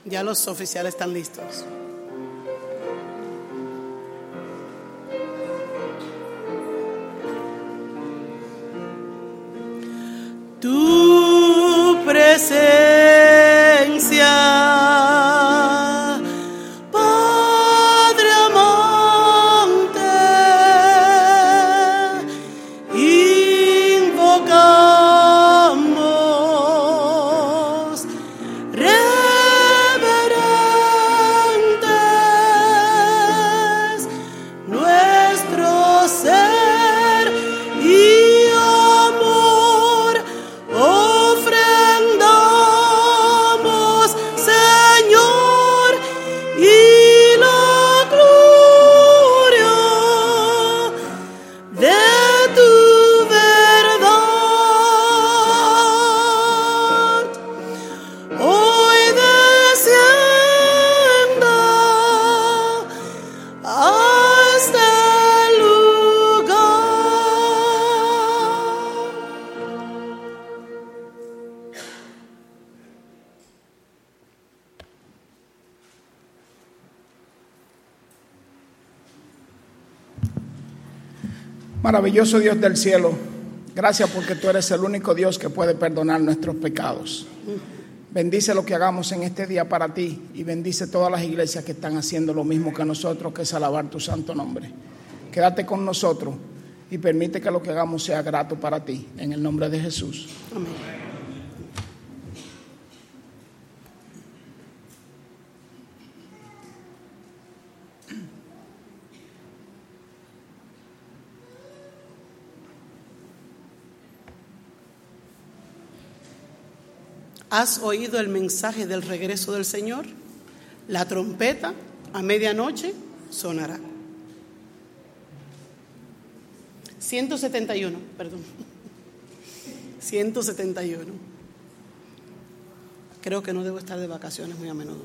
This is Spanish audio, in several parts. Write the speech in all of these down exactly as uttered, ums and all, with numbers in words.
Ya los oficiales están listos. Tu presencia, Padre amante, invocamos reverentes nuestro ser y amor. Ofrendamos, Señor, y la gloria de tu verdad. Hoy descienda a este lugar. Maravilloso Dios del cielo, gracias porque tú eres el único Dios que puede perdonar nuestros pecados. Bendice lo que hagamos en este día para ti y bendice todas las iglesias que están haciendo lo mismo que nosotros, que es alabar tu santo nombre. Quédate con nosotros y permite que lo que hagamos sea grato para ti, en el nombre de Jesús. Amén. ¿Has oído el mensaje del regreso del Señor? La trompeta a medianoche sonará. ciento setenta y uno, perdón. ciento setenta y uno. Creo que no debo estar de vacaciones muy a menudo.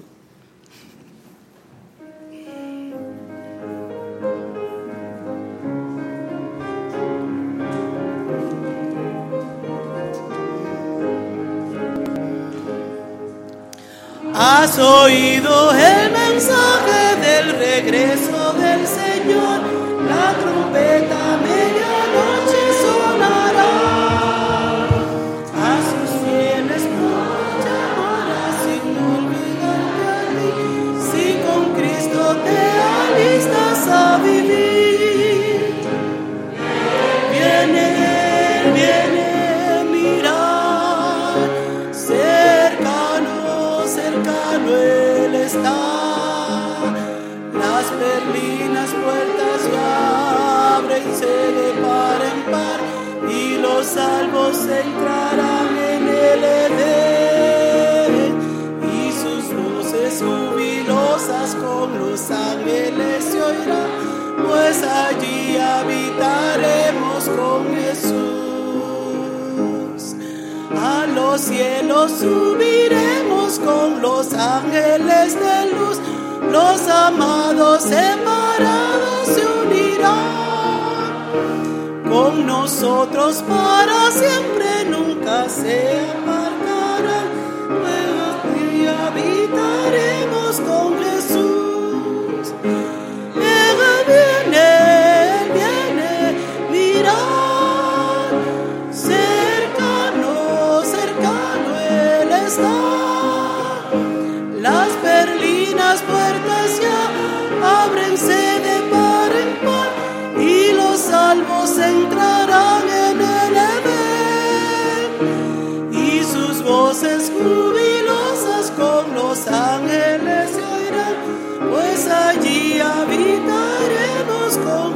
¿Has oído el mensaje del regreso del Señor? La trompeta a medianoche sonará. A sus fieles llamará sin olvidarte a ti. Si con Cristo te alistas a vivir, viene, viene, mira, cercano, cercano Él está. Las perlinas puertas ya ábrense de par en par y los salvos entrarán en el Edén, y sus voces jubilosas con los ángeles se oirán, pues allí habitaremos con Jesús. A los cielos subiremos con los ángeles de luz, los amados separados se unirán con nosotros para siempre, nunca se apartarán. Luego allí habitaremos con Jesús. Él viene, Él viene, mirad, cercano, cercano Él está. Las perlinas puertas ya ábrense de par en par y los salvos entrarán en el Edén, y sus voces jubilosas con los ángeles se oirán, pues allí habitaremos con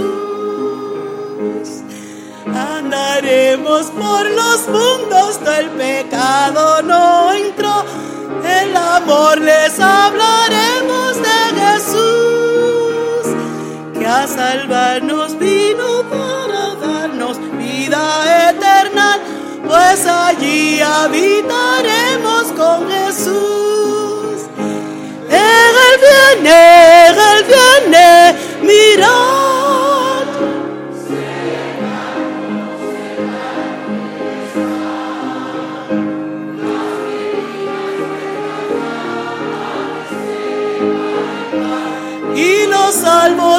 Jesús. Andaremos por los mundos, el pecado no entró. El amor les hablaremos de Jesús, que a salvarnos vino para darnos vida eterna, pues allí habitaremos con Jesús. Él viene, Él viene, mirad.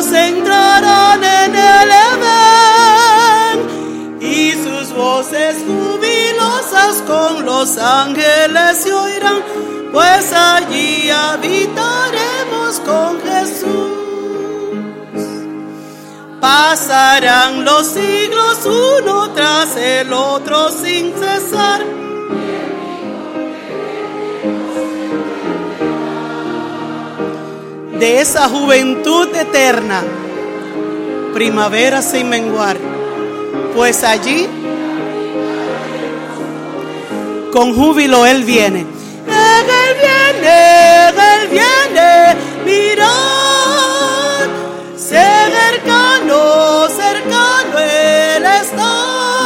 salvos entrarán en el Edén, y sus voces jubilosas con los ángeles se oirán, pues allí habitaremos con Jesús. Pasarán los siglos uno tras el otro sin cesar. De esa juventud eterna, primavera sin menguar, pues allí con júbilo Él viene. Él viene, Él viene, mirad, cercano, cercano Él está.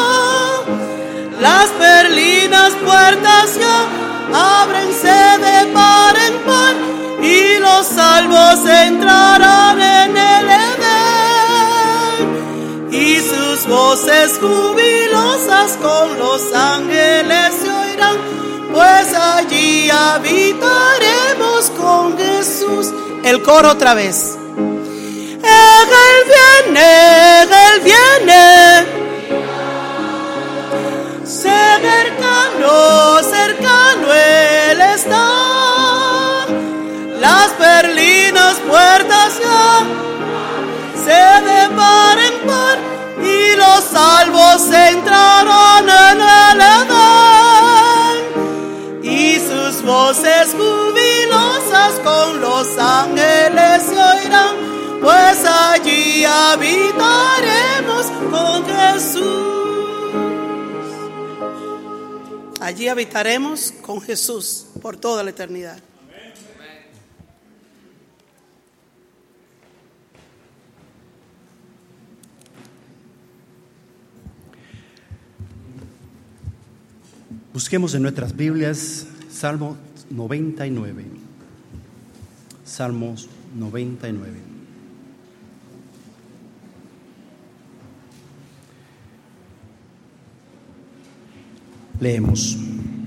Las perlinas puertas ya ábrense de par en par, y los salvos entrarán en el Edén, y sus voces jubilosas con los ángeles se oirán, pues allí habitaremos con Jesús. El coro otra vez. Él viene, Él viene, cercano, cercano Él está. Las perlinas puertas ya se de par en par, y los salvos entrarán en el Edén, y sus voces jubilosas con los ángeles se oirán, pues allí habitaremos con Jesús. Allí habitaremos con Jesús por toda la eternidad. Busquemos en nuestras Biblias Salmo noventa y nueve. Salmos noventa y nueve. Leemos.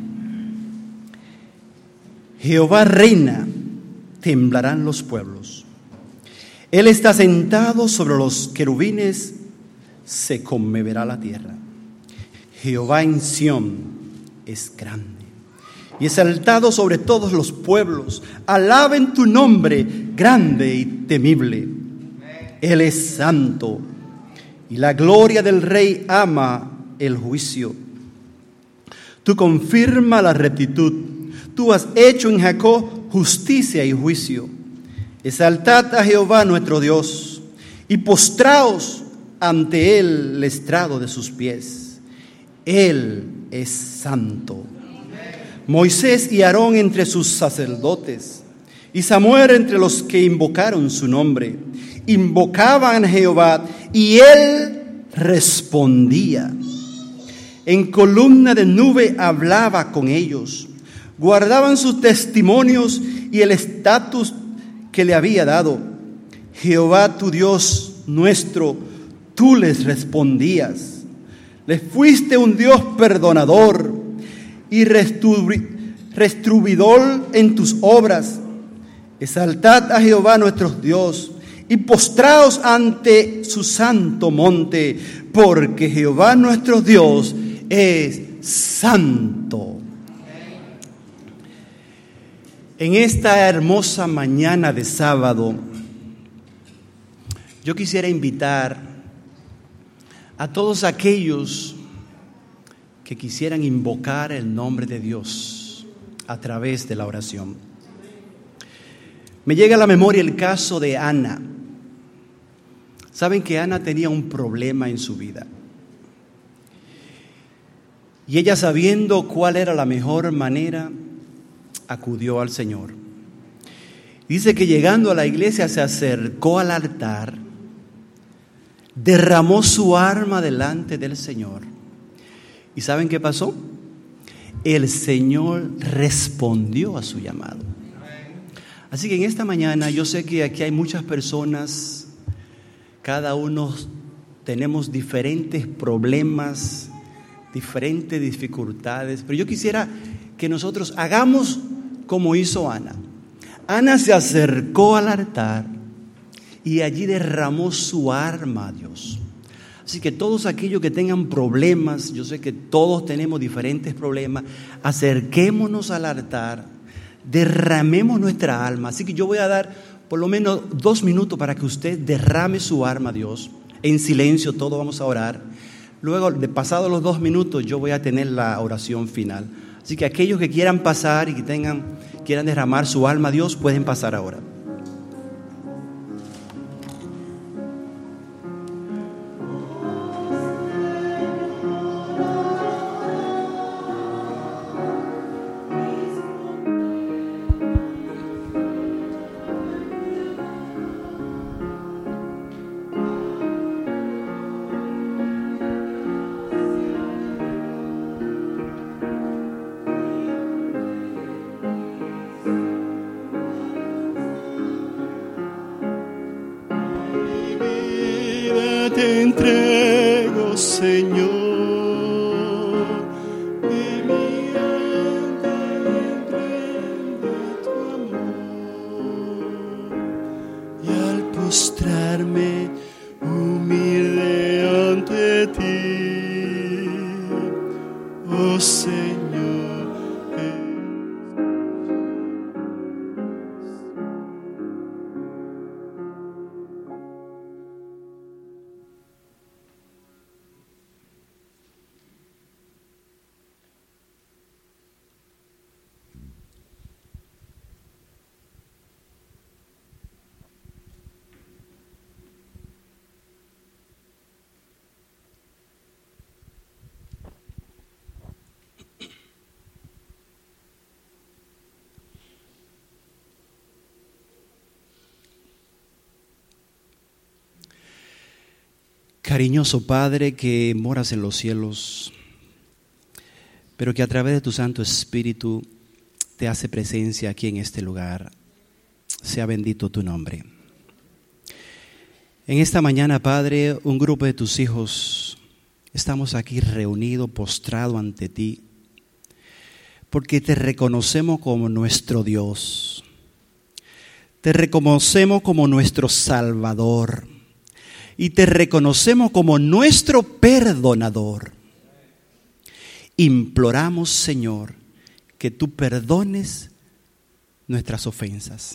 Jehová reina, temblarán los pueblos. Él está sentado sobre los querubines, se conmoverá la tierra. Jehová en Sión es grande y exaltado sobre todos los pueblos. Alaben tu nombre, grande y temible. Él es santo, y la gloria del Rey ama el juicio. Tú confirma la rectitud. Tú has hecho en Jacob justicia y juicio. Exaltad a Jehová nuestro Dios, y postraos ante él el estrado de sus pies. Él es santo. Moisés y Aarón entre sus sacerdotes, y Samuel entre los que invocaron su nombre. Invocaban a Jehová, y él respondía. En columna de nube hablaba con ellos. Guardaban sus testimonios y el estatus que le había dado. Jehová tu Dios nuestro, tú les respondías. Les fuiste un Dios perdonador y restribuidor en tus obras. Exaltad a Jehová nuestro Dios y postraos ante su santo monte, porque Jehová nuestro Dios es santo. En esta hermosa mañana de sábado, yo quisiera invitar a todos aquellos que quisieran invocar el nombre de Dios a través de la oración. Me llega a la memoria el caso de Ana. Saben que Ana tenía un problema en su vida. Y ella, sabiendo cuál era la mejor manera, acudió al Señor. Dice que llegando a la iglesia se acercó al altar, derramó su alma delante del Señor. ¿Y saben qué pasó? El Señor respondió a su llamado. Así que en esta mañana yo sé que aquí hay muchas personas, cada uno tenemos diferentes problemas, diferentes dificultades, pero yo quisiera que nosotros hagamos como hizo Ana. Ana se acercó al altar y allí derramó su alma a Dios. Así que todos aquellos que tengan problemas, yo sé que todos tenemos diferentes problemas, acerquémonos al altar, derramemos nuestra alma. Así que yo voy a dar por lo menos dos minutos para que usted derrame su alma a Dios. En silencio todos vamos a orar. Luego, de pasados los dos minutos, yo voy a tener la oración final. Así que aquellos que quieran pasar y que tengan, quieran derramar su alma a Dios, pueden pasar ahora. Te entrego, Señor, y mi alma entrega tu amor. Y al postrarme humilde ante ti, oh Señor, Cariñoso Padre que moras en los cielos, pero que a través de tu Santo Espíritu te hace presencia aquí en este lugar, sea bendito tu nombre. En esta mañana, Padre, un grupo de tus hijos estamos aquí reunidos, postrados ante ti, porque te reconocemos como nuestro Dios, te reconocemos como nuestro Salvador, y te reconocemos como nuestro perdonador. Imploramos, Señor, que tú perdones nuestras ofensas.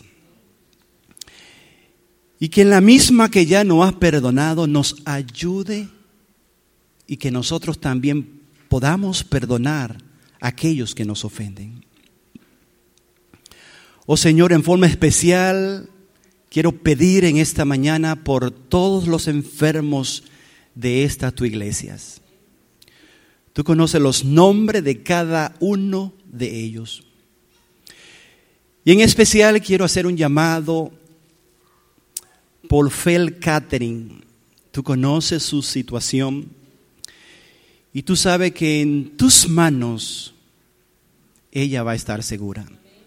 Y que en la misma que ya nos has perdonado, nos ayude y que nosotros también podamos perdonar a aquellos que nos ofenden. Oh Señor, en forma especial, quiero pedir en esta mañana por todos los enfermos de estas tu iglesias. Tú conoces los nombres de cada uno de ellos. Y en especial quiero hacer un llamado por Fel Catherine. Tú conoces su situación y tú sabes que en tus manos ella va a estar segura.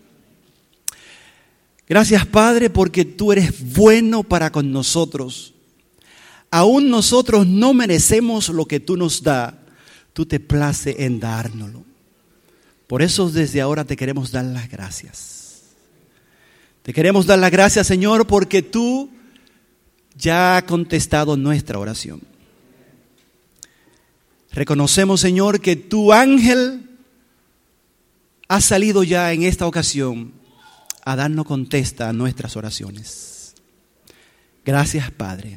Gracias, Padre, porque tú eres bueno para con nosotros. Aún nosotros no merecemos lo que tú nos das. Tú te place en dárnoslo. Por eso desde ahora te queremos dar las gracias. Te queremos dar las gracias, Señor, porque tú ya has contestado nuestra oración. Reconocemos, Señor, que tu ángel ha salido ya en esta ocasión a darnos contesta a nuestras oraciones. Gracias, Padre.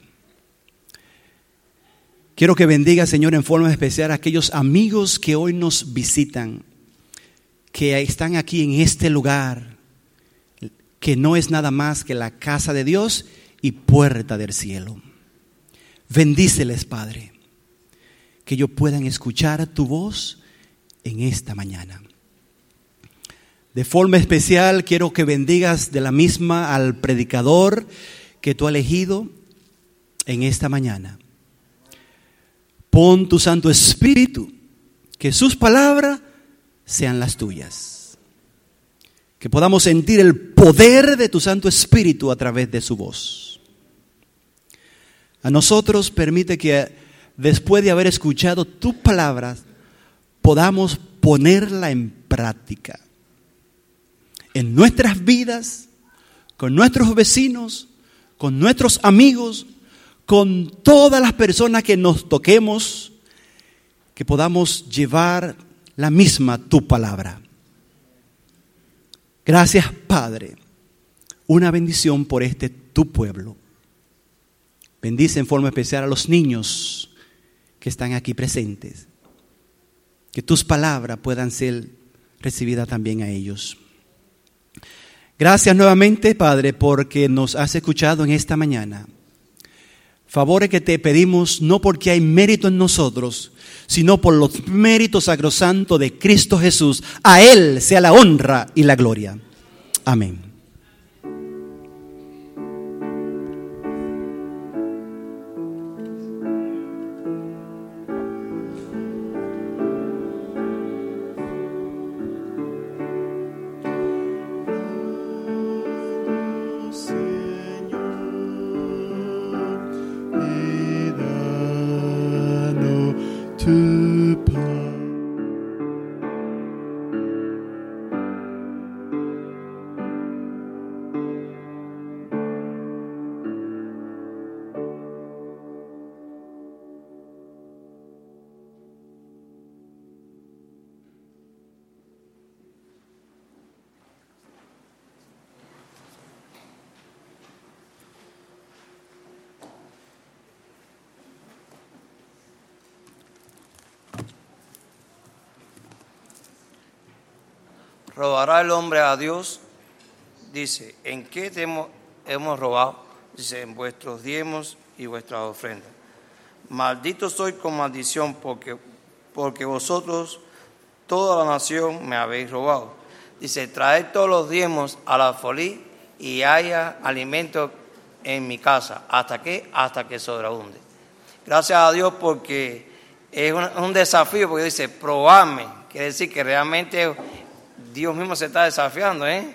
Quiero que bendiga, Señor, en forma especial a aquellos amigos que hoy nos visitan, que están aquí en este lugar, que no es nada más que la casa de Dios y puerta del cielo. Bendíceles, Padre, que ellos puedan escuchar tu voz en esta mañana. De forma especial quiero que bendigas de la misma al predicador que tú has elegido en esta mañana. Pon tu Santo Espíritu, que sus palabras sean las tuyas. Que podamos sentir el poder de tu Santo Espíritu a través de su voz. A nosotros permite que después de haber escuchado tus palabras, podamos ponerla en práctica. En nuestras vidas, con nuestros vecinos, con nuestros amigos, con todas las personas que nos toquemos, que podamos llevar la misma tu palabra. Gracias, Padre. Una bendición por este tu pueblo. Bendice en forma especial a los niños que están aquí presentes. Que tus palabras puedan ser recibidas también a ellos. Gracias nuevamente, Padre, porque nos has escuchado en esta mañana. Favores que te pedimos no porque hay mérito en nosotros, sino por los méritos sacrosantos de Cristo Jesús. A Él sea la honra y la gloria. Amén. ¿Robará el hombre a Dios? Dice, ¿en qué te hemos, hemos robado? Dice, en vuestros diezmos y vuestras ofrendas. Maldito soy con maldición, porque, porque vosotros, toda la nación, me habéis robado. Dice, traed todos los diezmos a la alfolí y haya alimento en mi casa. ¿Hasta qué? Hasta que sobreabunde. Gracias a Dios, porque es un, un desafío, porque dice, probadme. Quiere decir que realmente Dios mismo se está desafiando, ¿eh?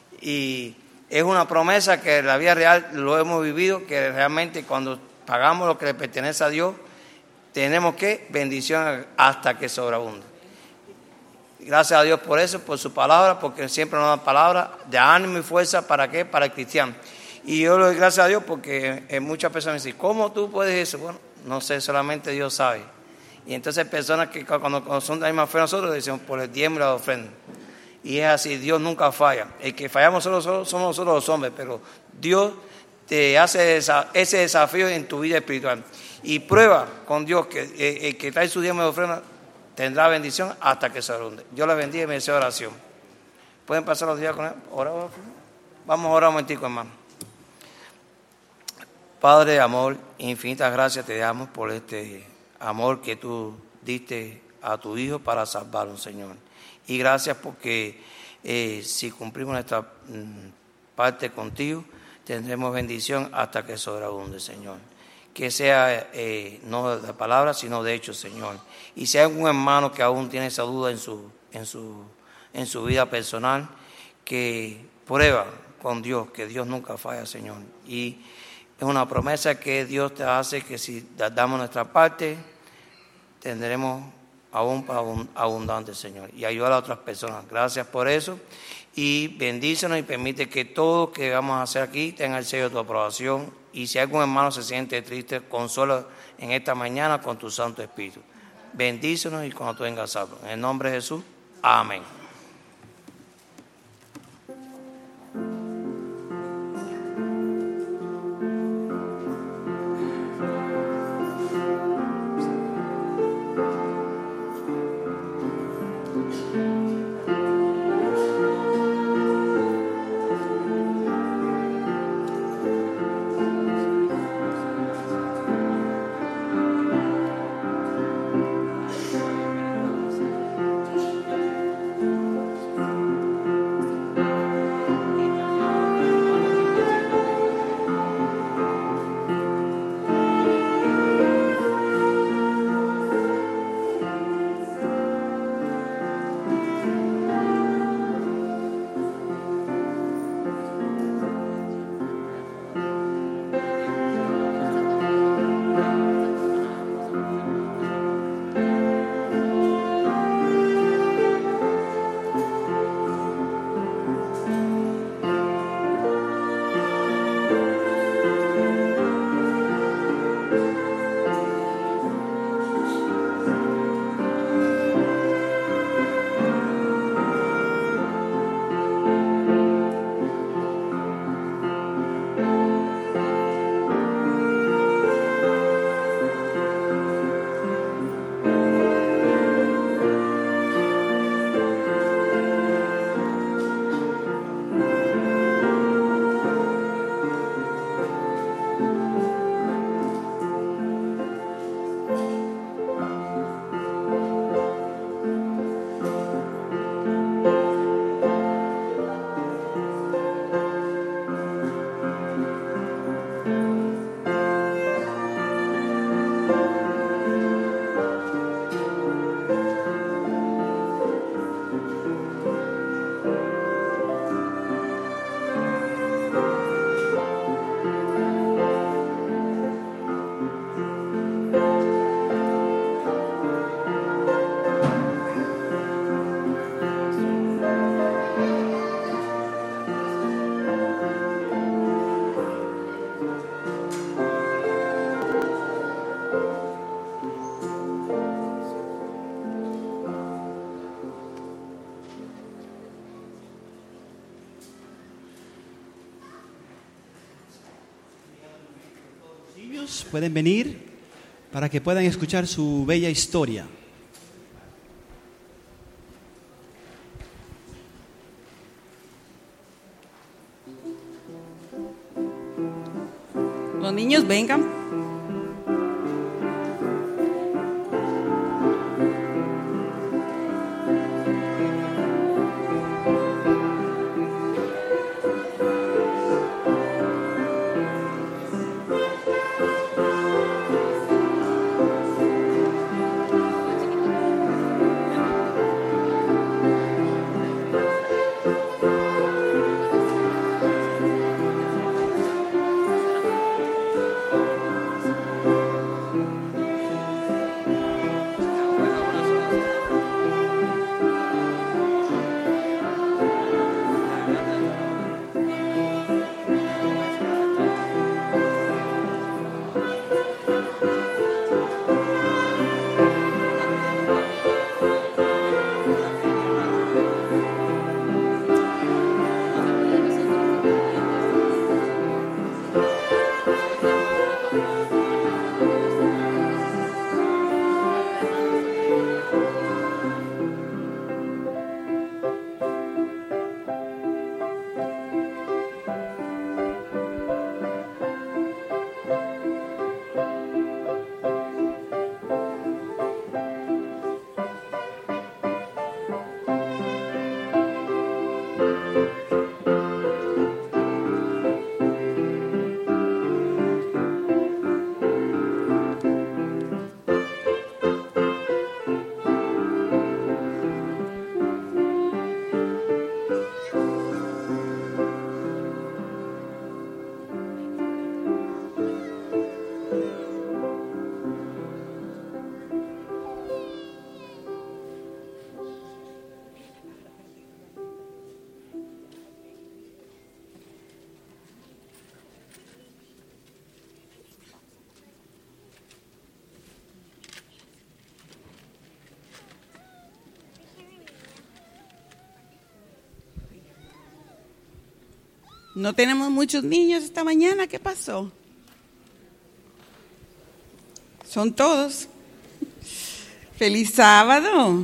Y es una promesa que en la vida real lo hemos vivido, que realmente cuando pagamos lo que le pertenece a Dios, tenemos que bendición hasta que sobreabunde. Gracias a Dios por eso, por su palabra, porque siempre nos da palabra de ánimo y fuerza. ¿Para qué? Para el cristiano. Y yo le doy gracias a Dios porque en muchas personas me dicen, ¿cómo tú puedes eso? Bueno, no sé, solamente Dios sabe. Y entonces hay personas que cuando son de la misma fe nosotros decimos por el diezmo y la ofrenda. Y es así, Dios nunca falla. El que fallamos solo, solo somos nosotros los hombres, pero Dios te hace esa, ese desafío en tu vida espiritual. Y prueba con Dios que el, el que trae su diezmo y ofrenda tendrá bendición hasta que se abunde. Dios les bendiga y me deseo oración. ¿Pueden pasar los días con él? ¿Orar? Vamos a orar un momentico, hermano. Padre de amor, infinitas gracias te damos por este amor que tú diste a tu Hijo para salvarlo, Señor. Y gracias porque eh, si cumplimos nuestra mm, parte contigo, tendremos bendición hasta que sobreabunde, Señor. Que sea eh, no de palabras, sino de hechos, Señor. Y si hay algún hermano que aún tiene esa duda en su, en su, en su vida personal, que prueba con Dios, que Dios nunca falla, Señor. Y es una promesa que Dios te hace, que si damos nuestra parte, tendremos aún abundante, Señor, y ayudar a otras personas. Gracias por eso y bendícenos y permite que todo que vamos a hacer aquí tenga el sello de tu aprobación. Y si algún hermano se siente triste, consuela en esta mañana con tu Santo Espíritu. Bendícenos y cuando tú vengas a salvo. En el nombre de Jesús, amén. niños pueden venir para que puedan escuchar su bella historia. Los niños vengan. No tenemos muchos niños esta mañana. ¿Qué pasó? Son todos. Feliz sábado.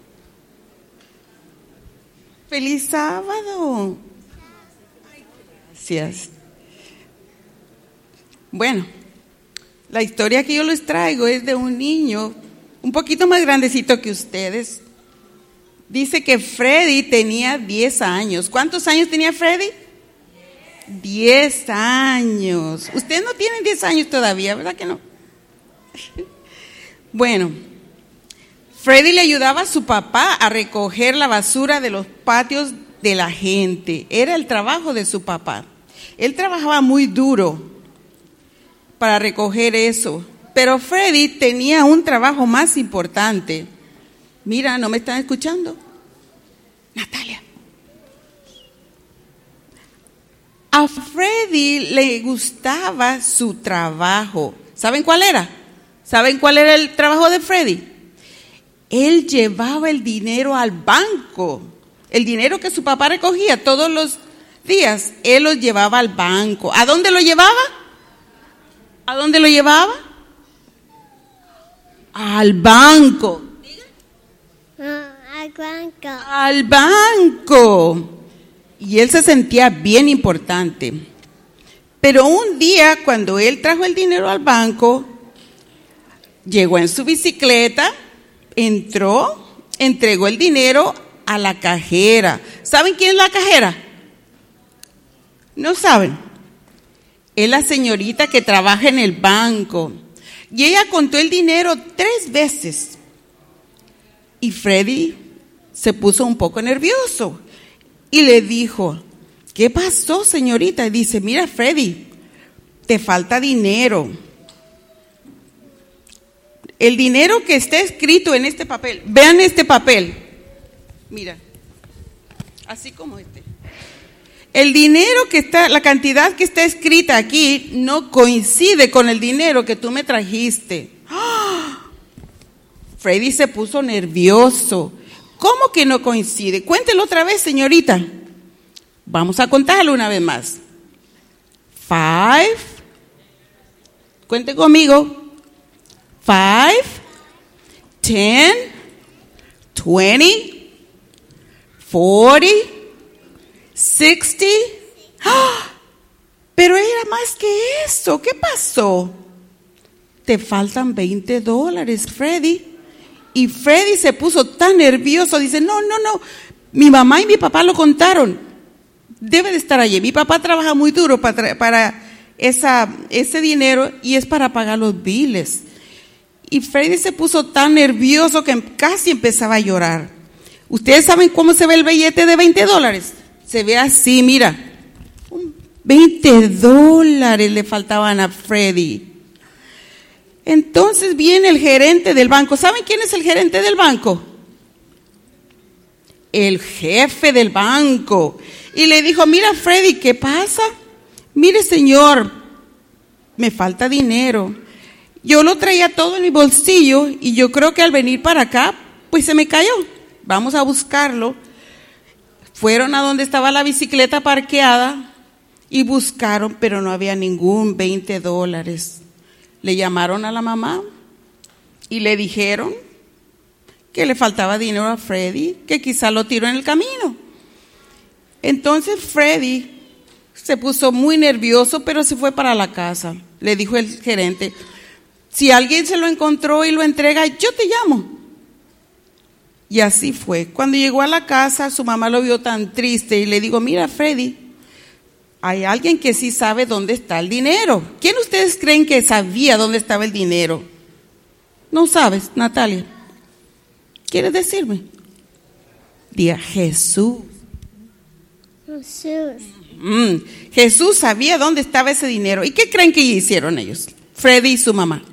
Feliz sábado. Gracias. Bueno, la historia que yo les traigo es de un niño un poquito más grandecito que ustedes. Dice que Freddy tenía diez años. ¿Cuántos años tenía Freddy? diez años. Ustedes no tienen diez años todavía, ¿verdad que no? Bueno, Freddy le ayudaba a su papá a recoger la basura de los patios de la gente. Era el trabajo de su papá. Él trabajaba muy duro para recoger eso. Pero Freddy tenía un trabajo más importante. Mira, ¿no me están escuchando? Natalia. A Freddy le gustaba su trabajo. ¿Saben cuál era? ¿Saben cuál era el trabajo de Freddy? Él llevaba el dinero al banco. El dinero que su papá recogía todos los días, él lo llevaba al banco. ¿A dónde lo llevaba? ¿A dónde lo llevaba? Al banco. Uh, al banco. Al banco. Y él se sentía bien importante. Pero un día, cuando él trajo el dinero al banco, llegó en su bicicleta, entró, entregó el dinero a la cajera. ¿Saben quién es la cajera? ¿No saben? Es la señorita que trabaja en el banco. Y ella contó el dinero tres veces. Y Freddy se puso un poco nervioso. Y le dijo, ¿qué pasó, señorita? Y dice, mira, Freddy, te falta dinero. El dinero que está escrito en este papel, vean este papel. Mira, así como este. El dinero que está, la cantidad que está escrita aquí no coincide con el dinero que tú me trajiste. ¡Oh! Freddy se puso nervioso. ¿Cómo que no coincide? Cuéntelo otra vez, señorita. Vamos a contarlo una vez más. Five. Cuente conmigo. Five, ten, twenty, forty, sixty. ¡Ah! Pero era más que eso. ¿Qué pasó? Te faltan veinte dólares, Freddy. Y Freddy se puso tan nervioso. Dice, no, no, no. Mi mamá y mi papá lo contaron. Debe de estar allí. Mi papá trabaja muy duro para, para esa, ese dinero y es para pagar los biles. Y Freddy se puso tan nervioso que casi empezaba a llorar. ¿Ustedes saben cómo se ve el billete de veinte dólares? Se ve así, mira. veinte dólares le faltaban a Freddy. Entonces viene el gerente del banco. ¿Saben quién es el gerente del banco? El jefe del banco. Y le dijo, mira Freddy, ¿qué pasa? Mire señor, me falta dinero. Yo lo traía todo en mi bolsillo y yo creo que al venir para acá, pues se me cayó. Vamos a buscarlo. Fueron a donde estaba la bicicleta parqueada y buscaron, pero no había ningún veinte dólares. Le llamaron a la mamá y le dijeron que le faltaba dinero a Freddy, que quizá lo tiró en el camino. Entonces Freddy se puso muy nervioso, pero se fue para la casa. Le dijo el gerente, si alguien se lo encontró y lo entrega, yo te llamo. Y así fue. Cuando llegó a la casa, su mamá lo vio tan triste y le dijo, mira Freddy, hay alguien que sí sabe dónde está el dinero. ¿Quién ustedes creen que sabía dónde estaba el dinero? No sabes, Natalia. ¿Quieres decirme? Diga Jesús. Jesús. Mm, Jesús sabía dónde estaba ese dinero. ¿Y qué creen que hicieron ellos? Freddy y su mamá.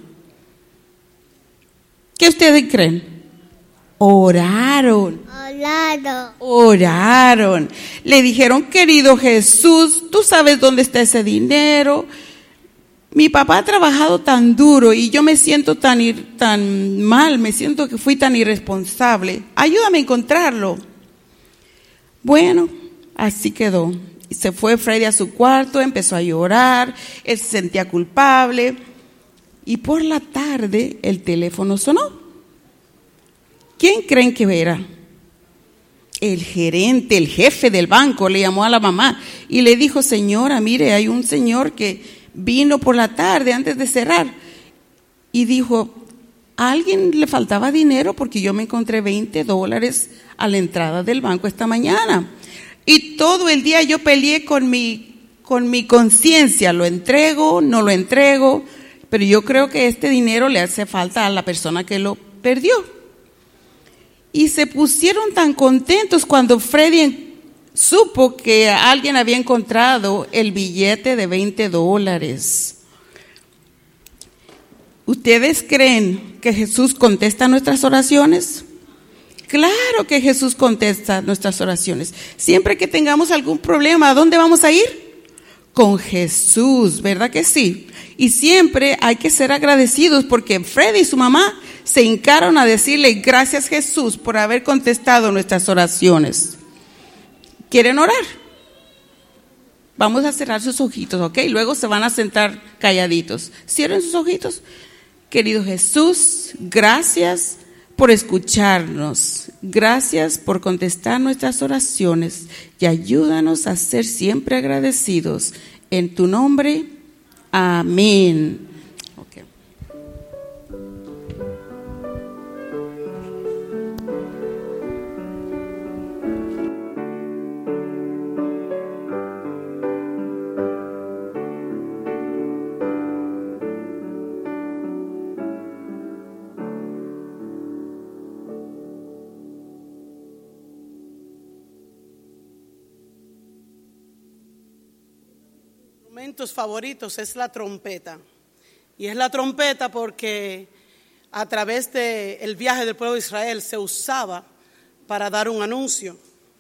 ¿Qué ustedes creen? Oraron. Orado. Oraron. Le dijeron, querido Jesús, tú sabes dónde está ese dinero. Mi papá ha trabajado tan duro y yo me siento tan, ir, tan mal, me siento que fui tan irresponsable. Ayúdame a encontrarlo. Bueno, así quedó. Y se fue Freddy a su cuarto, empezó a llorar, él se sentía culpable. Y por la tarde el teléfono sonó. ¿Quién creen que era? El gerente, el jefe del banco le llamó a la mamá y le dijo, señora, mire, hay un señor que vino por la tarde antes de cerrar y dijo, a alguien le faltaba dinero porque yo me encontré veinte dólares a la entrada del banco esta mañana. Y todo el día yo peleé con mi, con mi conciencia, lo entrego, no lo entrego, pero yo creo que este dinero le hace falta a la persona que lo perdió. Y se pusieron tan contentos cuando Freddy supo que alguien había encontrado el billete de veinte dólares. ¿Ustedes creen que Jesús contesta nuestras oraciones? Claro que Jesús contesta nuestras oraciones. Siempre que tengamos algún problema, ¿a dónde vamos a ir? Con Jesús, ¿verdad que sí? Y siempre hay que ser agradecidos porque Freddy y su mamá se hincaron a decirle gracias Jesús por haber contestado nuestras oraciones. ¿Quieren orar? Vamos a cerrar sus ojitos, ¿ok? Luego se van a sentar calladitos. Cierren sus ojitos. Querido Jesús, gracias por escucharnos. Gracias por contestar nuestras oraciones y ayúdanos a ser siempre agradecidos. En tu nombre, amén. Okay. Instrumentos favoritos es la trompeta. Y es la trompeta porque a través del viaje del pueblo de Israel se usaba para dar un anuncio.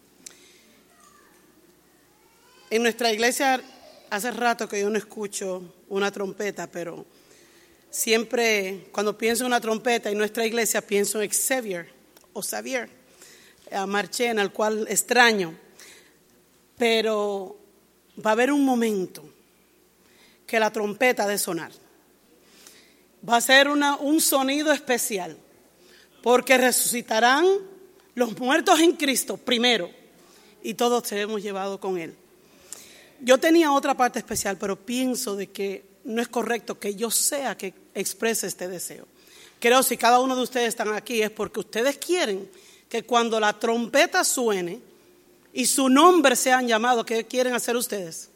En nuestra iglesia hace rato que yo no escucho una trompeta, pero siempre cuando pienso en una trompeta en nuestra iglesia pienso en Xavier o Xavier, a Marchena, al cual extraño. Pero va a haber un momento que la trompeta ha de sonar. va a ser una, un sonido especial, porque resucitarán los muertos en Cristo primero y todos seremos llevados con Él. Yo tenía otra parte especial, pero pienso de que no es correcto que yo sea que exprese este deseo. Creo si cada uno de ustedes están aquí es porque ustedes quieren que cuando la trompeta suene y su nombre sean llamados, ¿qué quieren hacer ustedes?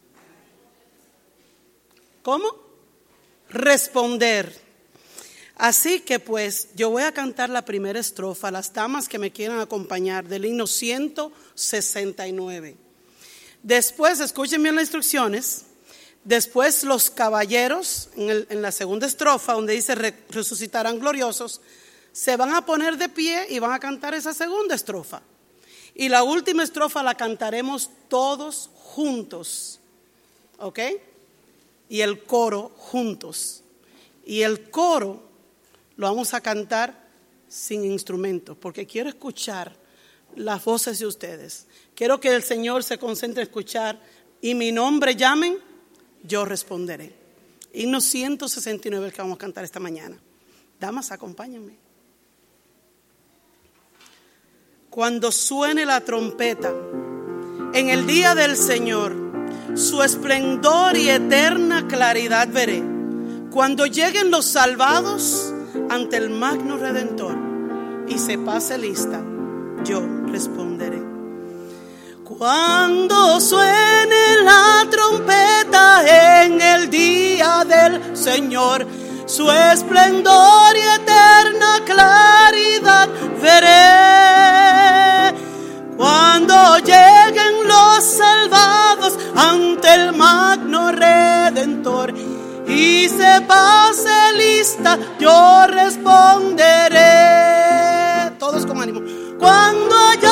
¿Cómo? Responder. Así que pues yo voy a cantar la primera estrofa, las damas que me quieran acompañar, del himno ciento sesenta y nueve. Después, escuchen bien las instrucciones, después los caballeros, en, el, en la segunda estrofa, donde dice resucitarán gloriosos, se van a poner de pie y van a cantar esa segunda estrofa. Y la última estrofa la cantaremos todos juntos, ¿ok? Y el coro juntos. Y el coro lo vamos a cantar sin instrumentos, porque quiero escuchar las voces de ustedes. Quiero que el Señor se concentre en escuchar. Y mi nombre llamen, yo responderé. Himno ciento sesenta y nueve, el que vamos a cantar esta mañana. Damas, acompáñenme. Cuando suene la trompeta, en el día del Señor, su esplendor y eterna claridad veré. Cuando lleguen los salvados ante el magno Redentor y se pase lista, yo responderé. Cuando suene la trompeta en el día del Señor, su esplendor y eterna claridad veré. Cuando lleguen los salvados ante el magno Redentor y se pase lista, yo responderé. Todos con ánimo. Cuando allá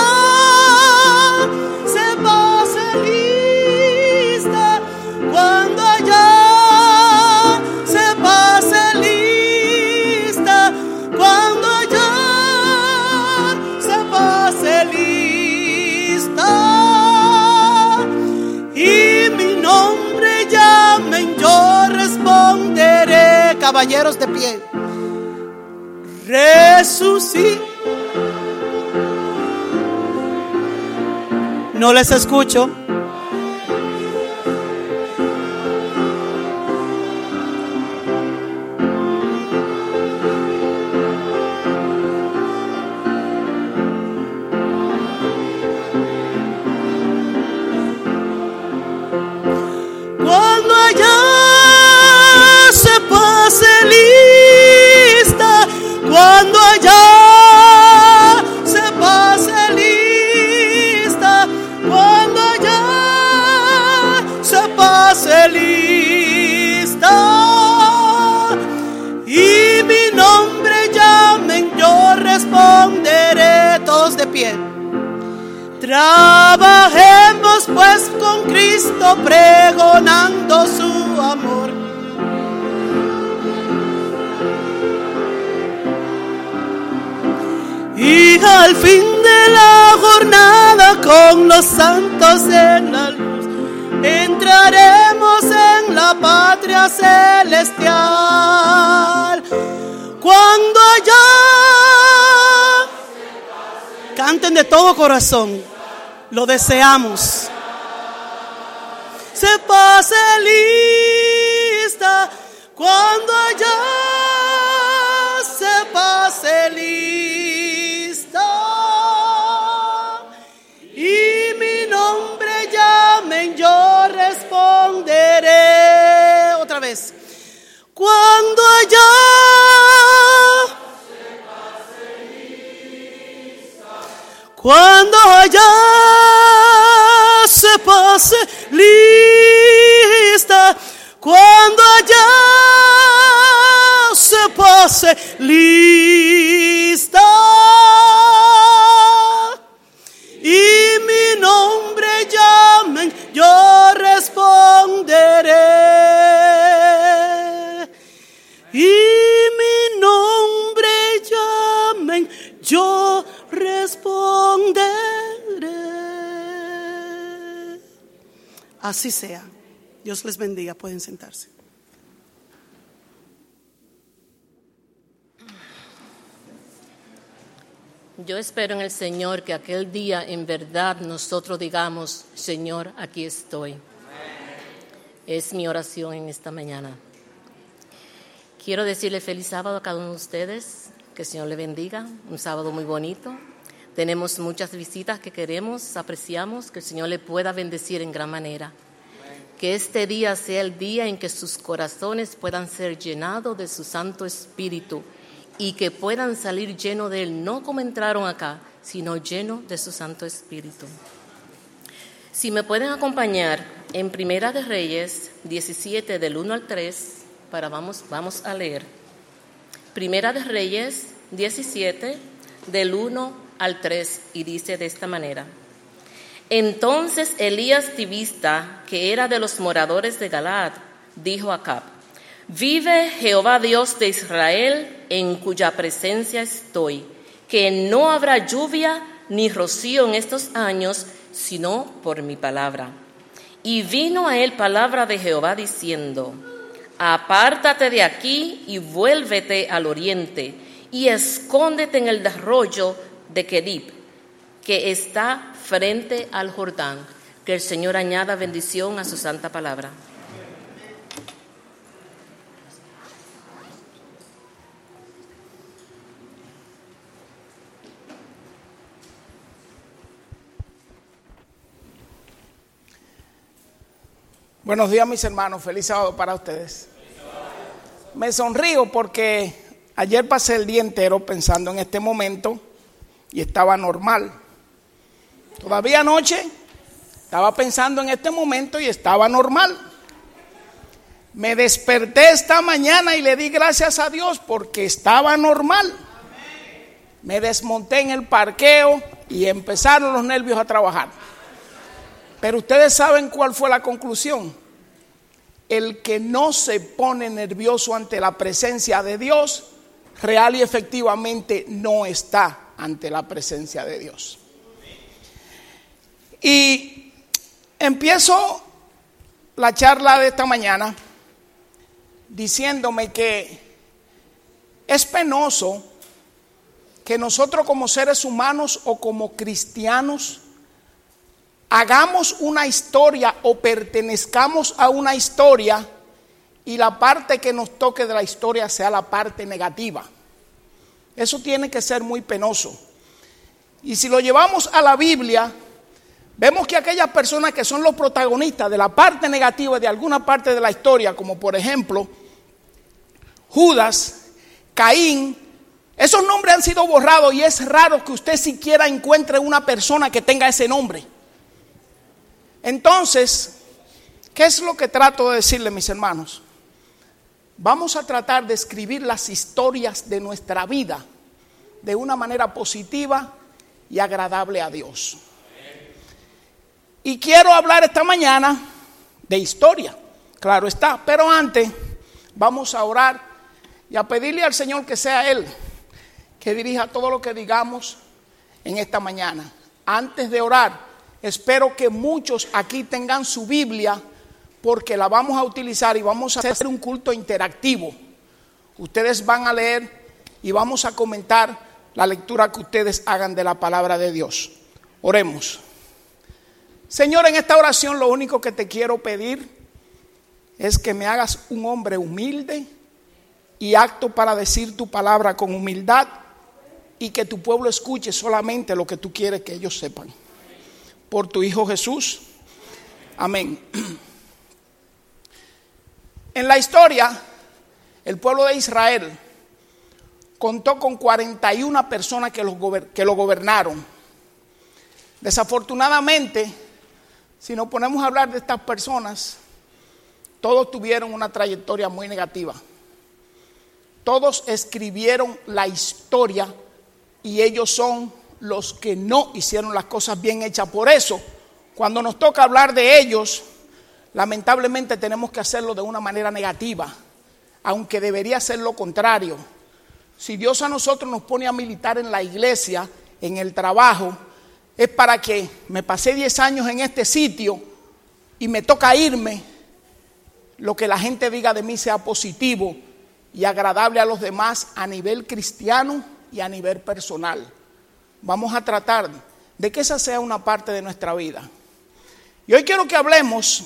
se pase lista, cuando allá se pase lista, cuando allá se pase lista y mi nombre llamen, yo responderé. Caballeros de pie. Resucita. No les escucho. Cuando allá se pase lista, cuando allá se pase lista, cuando allá se pase lista y mi nombre llamen, yo responderé. Todos de pie. Trabajemos pues con Cristo pregonando su amor. Y al fin de la jornada con los santos en la luz, entraremos en la patria celestial. Cuando allá, canten de todo corazón, lo deseamos. Se pase lista, cuando allá se pase lista y mi nombre llamen, yo responderé. Otra vez. Cuando allá cuando allá se pase lista, cuando allá se pase lista y mi nombre llamen, yo responderé. Y mi nombre llamen, yo responderé. Así sea. Dios les bendiga. Pueden sentarse. Yo espero en el Señor que aquel día en verdad nosotros digamos, Señor, aquí estoy. Es mi oración en esta mañana. Quiero decirle feliz sábado a cada uno de ustedes, que el Señor le bendiga, un sábado muy bonito. Tenemos muchas visitas que queremos, apreciamos, que el Señor le pueda bendecir en gran manera. Que este día sea el día en que sus corazones puedan ser llenados de su Santo Espíritu y que puedan salir llenos de Él, no como entraron acá, sino llenos de su Santo Espíritu. Si me pueden acompañar en Primera de Reyes diecisiete, del uno al tres, para vamos, vamos a leer. Primera de Reyes diecisiete, del uno al tres, y dice de esta manera. Entonces Elías Tibista, que era de los moradores de Galaad, dijo a Acab: Vive Jehová Dios de Israel, en cuya presencia estoy, que no habrá lluvia ni rocío en estos años, sino por mi palabra. Y vino a él palabra de Jehová diciendo: Apártate de aquí y vuélvete al oriente, y escóndete en el arroyo de Kerib, que está frente al Jordán. Que el Señor añada bendición a su santa palabra. Buenos días, mis hermanos. Feliz sábado para ustedes. Me sonrío porque ayer pasé el día entero pensando en este momento y estaba normal. Todavía anoche estaba pensando en este momento y estaba normal. Me desperté esta mañana y le di gracias a Dios porque estaba normal. Me desmonté en el parqueo y empezaron los nervios a trabajar. Pero ustedes saben cuál fue la conclusión. El que no se pone nervioso ante la presencia de Dios, real y efectivamente no está ante la presencia de Dios. Y empiezo la charla de esta mañana diciéndome que es penoso que nosotros como seres humanos o como cristianos hagamos una historia o pertenezcamos a una historia y la parte que nos toque de la historia sea la parte negativa. Eso tiene que ser muy penoso. Y si lo llevamos a la Biblia, vemos que aquellas personas que son los protagonistas de la parte negativa de alguna parte de la historia, como por ejemplo Judas, Caín, esos nombres han sido borrados y es raro que usted siquiera encuentre una persona que tenga ese nombre. Entonces, ¿qué es lo que trato de decirle, mis hermanos? Vamos a tratar de escribir las historias de nuestra vida de una manera positiva y agradable a Dios. Y quiero hablar esta mañana de historia, claro está, pero antes vamos a orar y a pedirle al Señor que sea Él que dirija todo lo que digamos en esta mañana. Antes de orar, espero que muchos aquí tengan su Biblia porque la vamos a utilizar y vamos a hacer un culto interactivo. Ustedes van a leer y vamos a comentar la lectura que ustedes hagan de la palabra de Dios. Oremos. Señor, en esta oración lo único que te quiero pedir es que me hagas un hombre humilde y apto para decir tu palabra con humildad y que tu pueblo escuche solamente lo que tú quieres que ellos sepan. Por tu Hijo Jesús. Amén. En la historia, el pueblo de Israel contó con cuarenta y una personas que, los gober- que lo gobernaron. Desafortunadamente, si nos ponemos a hablar de estas personas, todos tuvieron una trayectoria muy negativa. Todos escribieron la historia y ellos son los que no hicieron las cosas bien hechas. Por eso, cuando nos toca hablar de ellos, lamentablemente tenemos que hacerlo de una manera negativa, aunque debería ser lo contrario. Si Dios a nosotros nos pone a militar en la iglesia, en el trabajo, es para que me pasé diez años en este sitio y me toca irme, lo que la gente diga de mí sea positivo y agradable a los demás a nivel cristiano y a nivel personal. vamos a tratar de que esa sea una parte de nuestra vida. Y hoy quiero que hablemos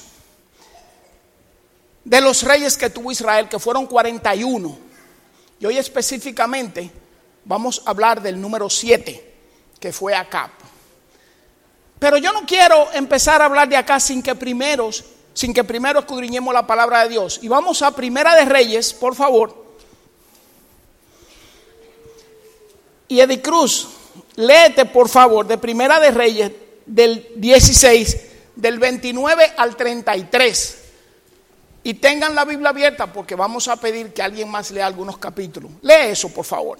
de los reyes que tuvo Israel, que fueron cuarenta y uno. Y hoy específicamente vamos a hablar del número siete, que fue Acab. Pero yo no quiero empezar a hablar de acá sin que primero, sin que primero escudriñemos la palabra de Dios. Y vamos a Primera de Reyes, por favor. Y Eddie Cruz, léete por favor de Primera de Reyes del dieciséis, del veintinueve al treinta y tres. Y tengan la Biblia abierta porque vamos a pedir que alguien más lea algunos capítulos. Lee eso, por favor.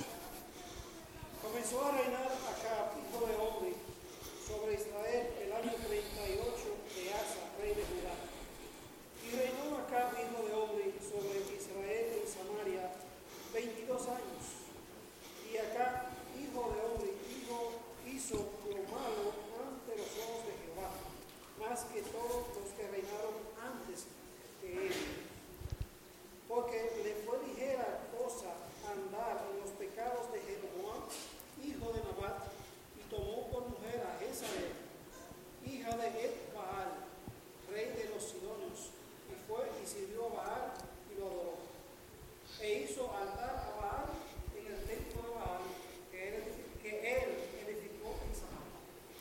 Comenzó a reinar Acab, hijo de Omri, sobre Israel el año treinta y ocho de Asa, rey de Judá. Y reinó Acab, hijo de Omri, sobre Israel en Samaria veintidós años. Y Acab, hijo de Omri, hijo, hizo lo malo ante los ojos de Jehová, más que todos los que reinaron antes que él. Porque le fue ligera cosa andar en los pecados de Jeroboam, hijo de Nabat, y tomó por mujer a Jezabel, hija de Et-Baal, rey de los Sidonios, y fue y sirvió a Baal y lo adoró. E hizo altar a Baal en el templo de Baal que él, que él edificó en Samaria.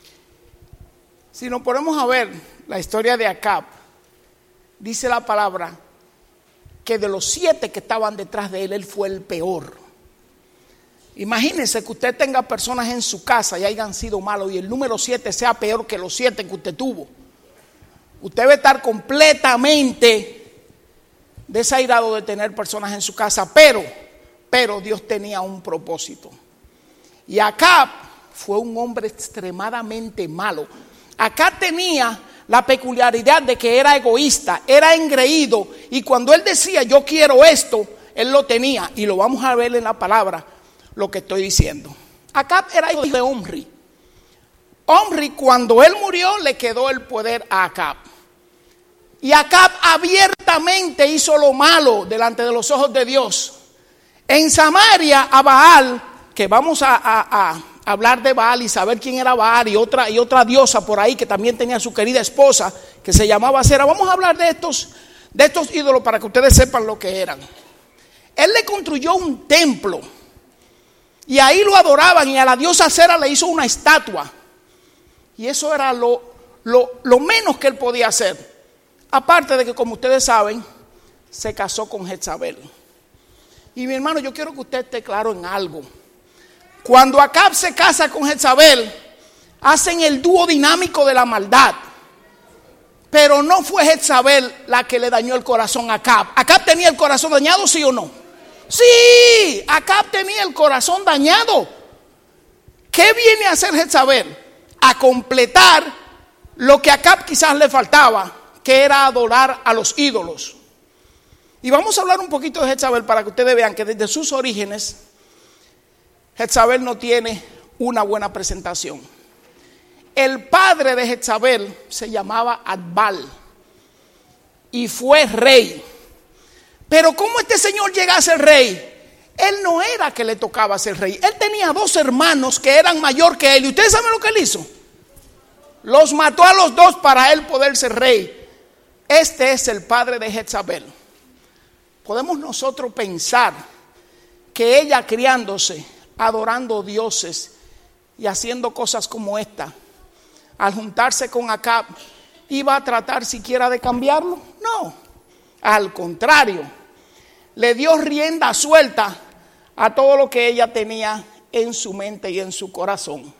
Si nos ponemos a ver la historia de Acab, dice la palabra que de los siete que estaban detrás de él, él fue el peor. Imagínense que usted tenga personas en su casa y hayan sido malos y el número siete sea peor que los siete que usted tuvo. Usted debe estar completamente desairado de tener personas en su casa, pero, pero Dios tenía un propósito. Y Acab fue un hombre extremadamente malo. Acab tenía la peculiaridad de que era egoísta, era engreído, y cuando él decía yo quiero esto, él lo tenía, y lo vamos a ver en la palabra lo que estoy diciendo. Acab era hijo de Omri. Omri, cuando él murió, le quedó el poder a Acab. Y Acab abiertamente hizo lo malo delante de los ojos de Dios. En Samaria, a Baal, que vamos a, a, a hablar de Baal y saber quién era Baal, y otra, y otra diosa por ahí que también tenía su querida esposa que se llamaba Sera. Vamos a hablar de estos, de estos ídolos para que ustedes sepan lo que eran. Él le construyó un templo y ahí lo adoraban, y a la diosa Sera le hizo una estatua, y eso era lo, lo, lo menos que él podía hacer. Aparte de que, como ustedes saben, se casó con Jezabel. Y mi hermano, yo quiero que usted esté claro en algo. Cuando Acab se casa con Jezabel, hacen el dúo dinámico de la maldad. Pero no fue Jezabel la que le dañó el corazón a Acab. ¿Acab tenía el corazón dañado, sí o no? Sí, Acab tenía el corazón dañado. ¿Qué viene a hacer Jezabel? A completar lo que a Acab quizás le faltaba, que era adorar a los ídolos. Y vamos a hablar un poquito de Jezabel para que ustedes vean que desde sus orígenes Jezabel no tiene una buena presentación. El padre de Jezabel se llamaba Adbal y fue rey. Pero ¿cómo este señor llega a ser rey? Él no era que le tocaba ser rey. Él tenía dos hermanos que eran mayor que él. ¿Y ustedes saben lo que él hizo? Los mató a los dos para él poder ser rey. Este es el padre de Jezabel. Podemos nosotros pensar que ella criándose, adorando dioses y haciendo cosas como esta, al juntarse con Acab, iba a tratar siquiera de cambiarlo. No, al contrario, le dio rienda suelta a todo lo que ella tenía en su mente y en su corazón.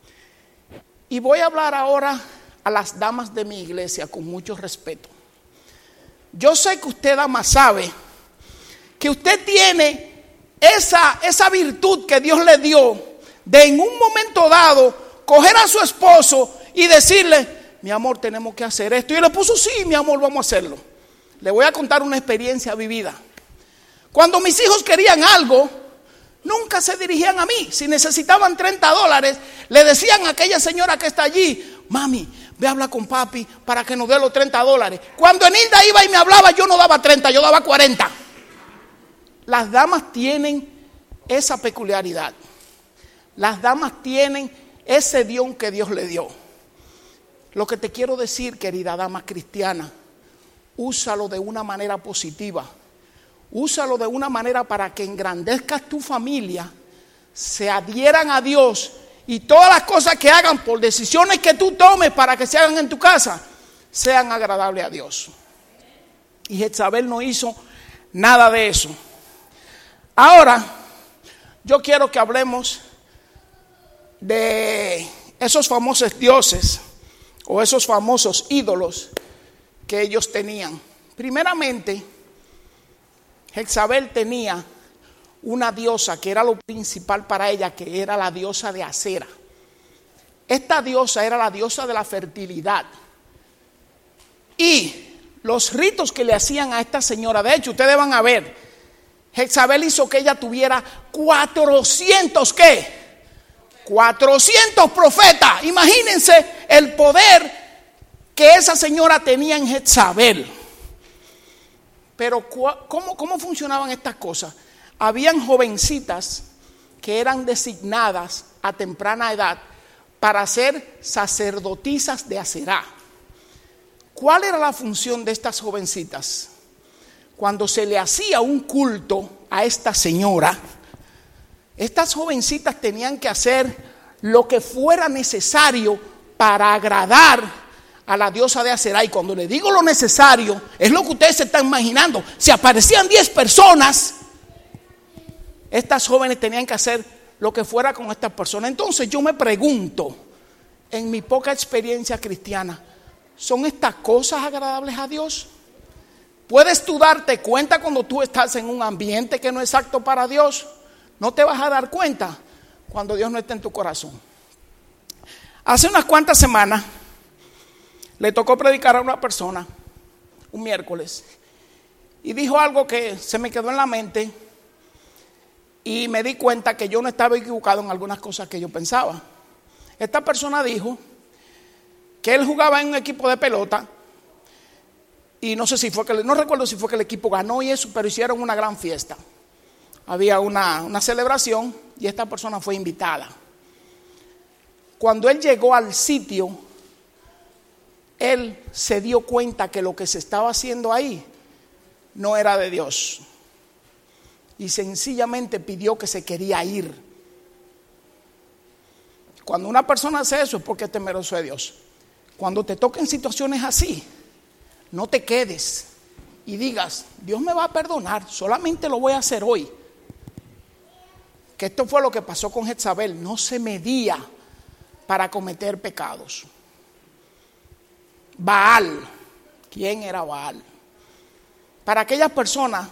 Y voy a hablar ahora a las damas de mi iglesia con mucho respeto. Yo sé que usted, dama, sabe que usted tiene esa, esa virtud que Dios le dio de en un momento dado coger a su esposo y decirle, mi amor, tenemos que hacer esto. Y él le puso, sí, mi amor, vamos a hacerlo. Le voy a contar una experiencia vivida. Cuando mis hijos querían algo, nunca se dirigían a mí. Si necesitaban treinta dólares, le decían a aquella señora que está allí, mami, ve a hablar con papi para que nos dé los treinta dólares. Cuando Enilda iba y me hablaba, yo no daba treinta, yo daba cuarenta. Las damas tienen esa peculiaridad. Las damas tienen ese don que Dios le dio. Lo que te quiero decir, querida dama cristiana, úsalo de una manera positiva. Úsalo de una manera para que engrandezcas tu familia, se adhieran a Dios y todas las cosas que hagan por decisiones que tú tomes para que se hagan en tu casa, sean agradables a Dios. Y Jezabel no hizo nada de eso. Ahora, yo quiero que hablemos de esos famosos dioses o esos famosos ídolos que ellos tenían. Primeramente, Jezabel tenía una diosa que era lo principal para ella, que era la diosa de Acera. Esta diosa era la diosa de la fertilidad. Y los ritos que le hacían a esta señora, de hecho, ustedes van a ver, Jezabel hizo que ella tuviera cuatrocientos, ¿qué? cuatrocientos profetas. Imagínense el poder que esa señora tenía en Jezabel. Pero ¿cómo, cómo funcionaban estas cosas? Habían jovencitas que eran designadas a temprana edad para ser sacerdotisas de Aserá. ¿Cuál era la función de estas jovencitas? Cuando se le hacía un culto a esta señora, estas jovencitas tenían que hacer lo que fuera necesario para agradar a la diosa de Aserá. Y cuando le digo lo necesario, es lo que ustedes se están imaginando. Si aparecían diez personas, estas jóvenes tenían que hacer lo que fuera con estas personas. Entonces yo me pregunto, en mi poca experiencia cristiana, ¿son estas cosas agradables a Dios? ¿Puedes tú darte cuenta cuando tú estás en un ambiente que no es apto para Dios? No te vas a dar cuenta cuando Dios no está en tu corazón. Hace unas cuantas semanas le tocó predicar a una persona un miércoles y dijo algo que se me quedó en la mente y me di cuenta que yo no estaba equivocado en algunas cosas que yo pensaba. Esta persona dijo que él jugaba en un equipo de pelota y no sé si fue que, no recuerdo si fue que el equipo ganó y eso, pero hicieron una gran fiesta. Había una, una celebración y esta persona fue invitada. Cuando él llegó al sitio, él se dio cuenta que lo que se estaba haciendo ahí no era de Dios. Y sencillamente pidió que se quería ir. Cuando una persona hace eso es porque es temeroso de Dios. Cuando te toquen situaciones así, no te quedes y digas, Dios me va a perdonar, solamente lo voy a hacer hoy. Que esto fue lo que pasó con Jezabel, no se medía para cometer pecados. Baal, ¿quién era Baal? Para aquellas personas,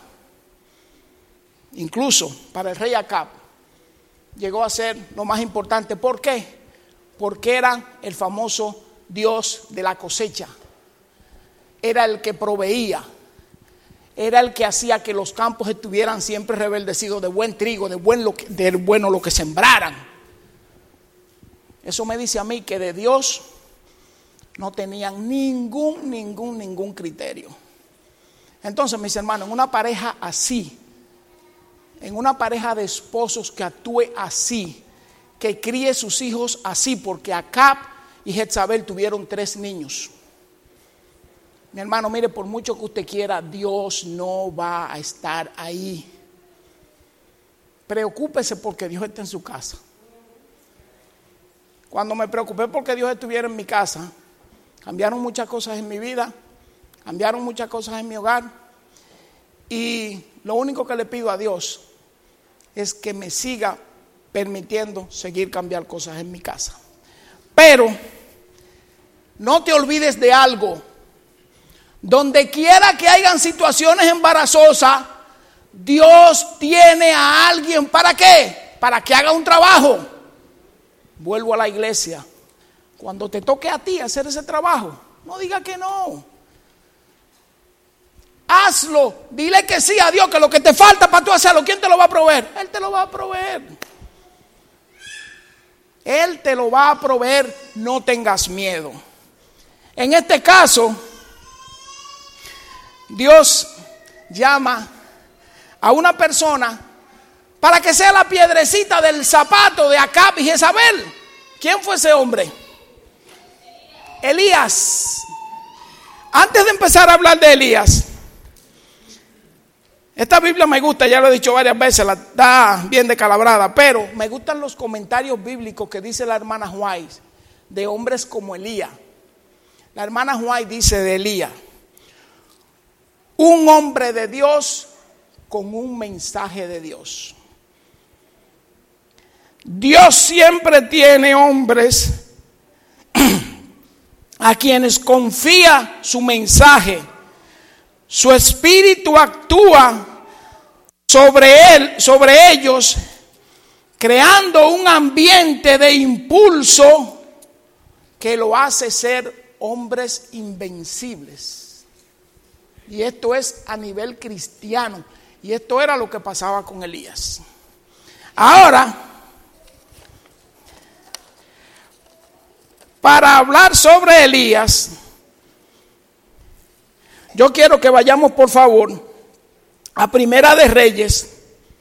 incluso para el rey Acab, llegó a ser lo más importante. ¿Por qué? Porque era el famoso Dios de la cosecha. Era el que proveía. Era el que hacía que los campos estuvieran siempre reverdecidos de buen trigo, de, buen lo que, de bueno lo que sembraran. Eso me dice a mí que de Dios no tenían ningún, ningún, ningún criterio. Entonces, mis hermanos, en una pareja así, en una pareja de esposos que actúe así, que críe sus hijos así, porque Acab y Jezabel tuvieron tres niños. Mi hermano, mire, por mucho que usted quiera, Dios no va a estar ahí. Preocúpese porque Dios está en su casa. Cuando me preocupé porque Dios estuviera en mi casa, cambiaron muchas cosas en mi vida, cambiaron muchas cosas en mi hogar. Y lo único que le pido a Dios es que me siga permitiendo seguir cambiar cosas en mi casa. Pero no te olvides de algo. Donde quiera que hayan situaciones embarazosas, Dios tiene a alguien. ¿Para qué? Para que haga un trabajo. Vuelvo a la iglesia. Cuando te toque a ti hacer ese trabajo, no diga que no. Hazlo. Dile que sí a Dios, que lo que te falta para tú hacerlo, ¿quién te lo va a proveer? Él te lo va a proveer. Él te lo va a proveer. No tengas miedo. En este caso, Dios llama a una persona para que sea la piedrecita del zapato de Acab y Jezabel. ¿Quién fue ese hombre? Elías. Antes de empezar a hablar de Elías, esta Biblia me gusta, ya lo he dicho varias veces, la da bien descalabrada, pero me gustan los comentarios bíblicos que dice la hermana White de hombres como Elías. La hermana White dice de Elías: un hombre de Dios con un mensaje de Dios. Dios siempre tiene hombres a quienes confía su mensaje. Su espíritu actúa sobre él, sobre ellos, creando un ambiente de impulso que lo hace ser hombres invencibles. Y esto es a nivel cristiano. Y esto era lo que pasaba con Elías. Ahora, para hablar sobre Elías, yo quiero que vayamos por favor a Primera de Reyes,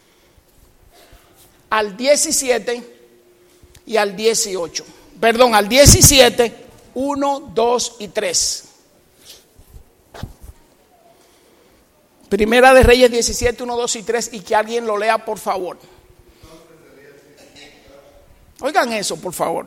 al diecisiete y al dieciocho. Perdón, al diecisiete, uno, dos y tres. Primera de Reyes diecisiete, uno, dos y tres, y que alguien lo lea por favor. Oigan eso, por favor.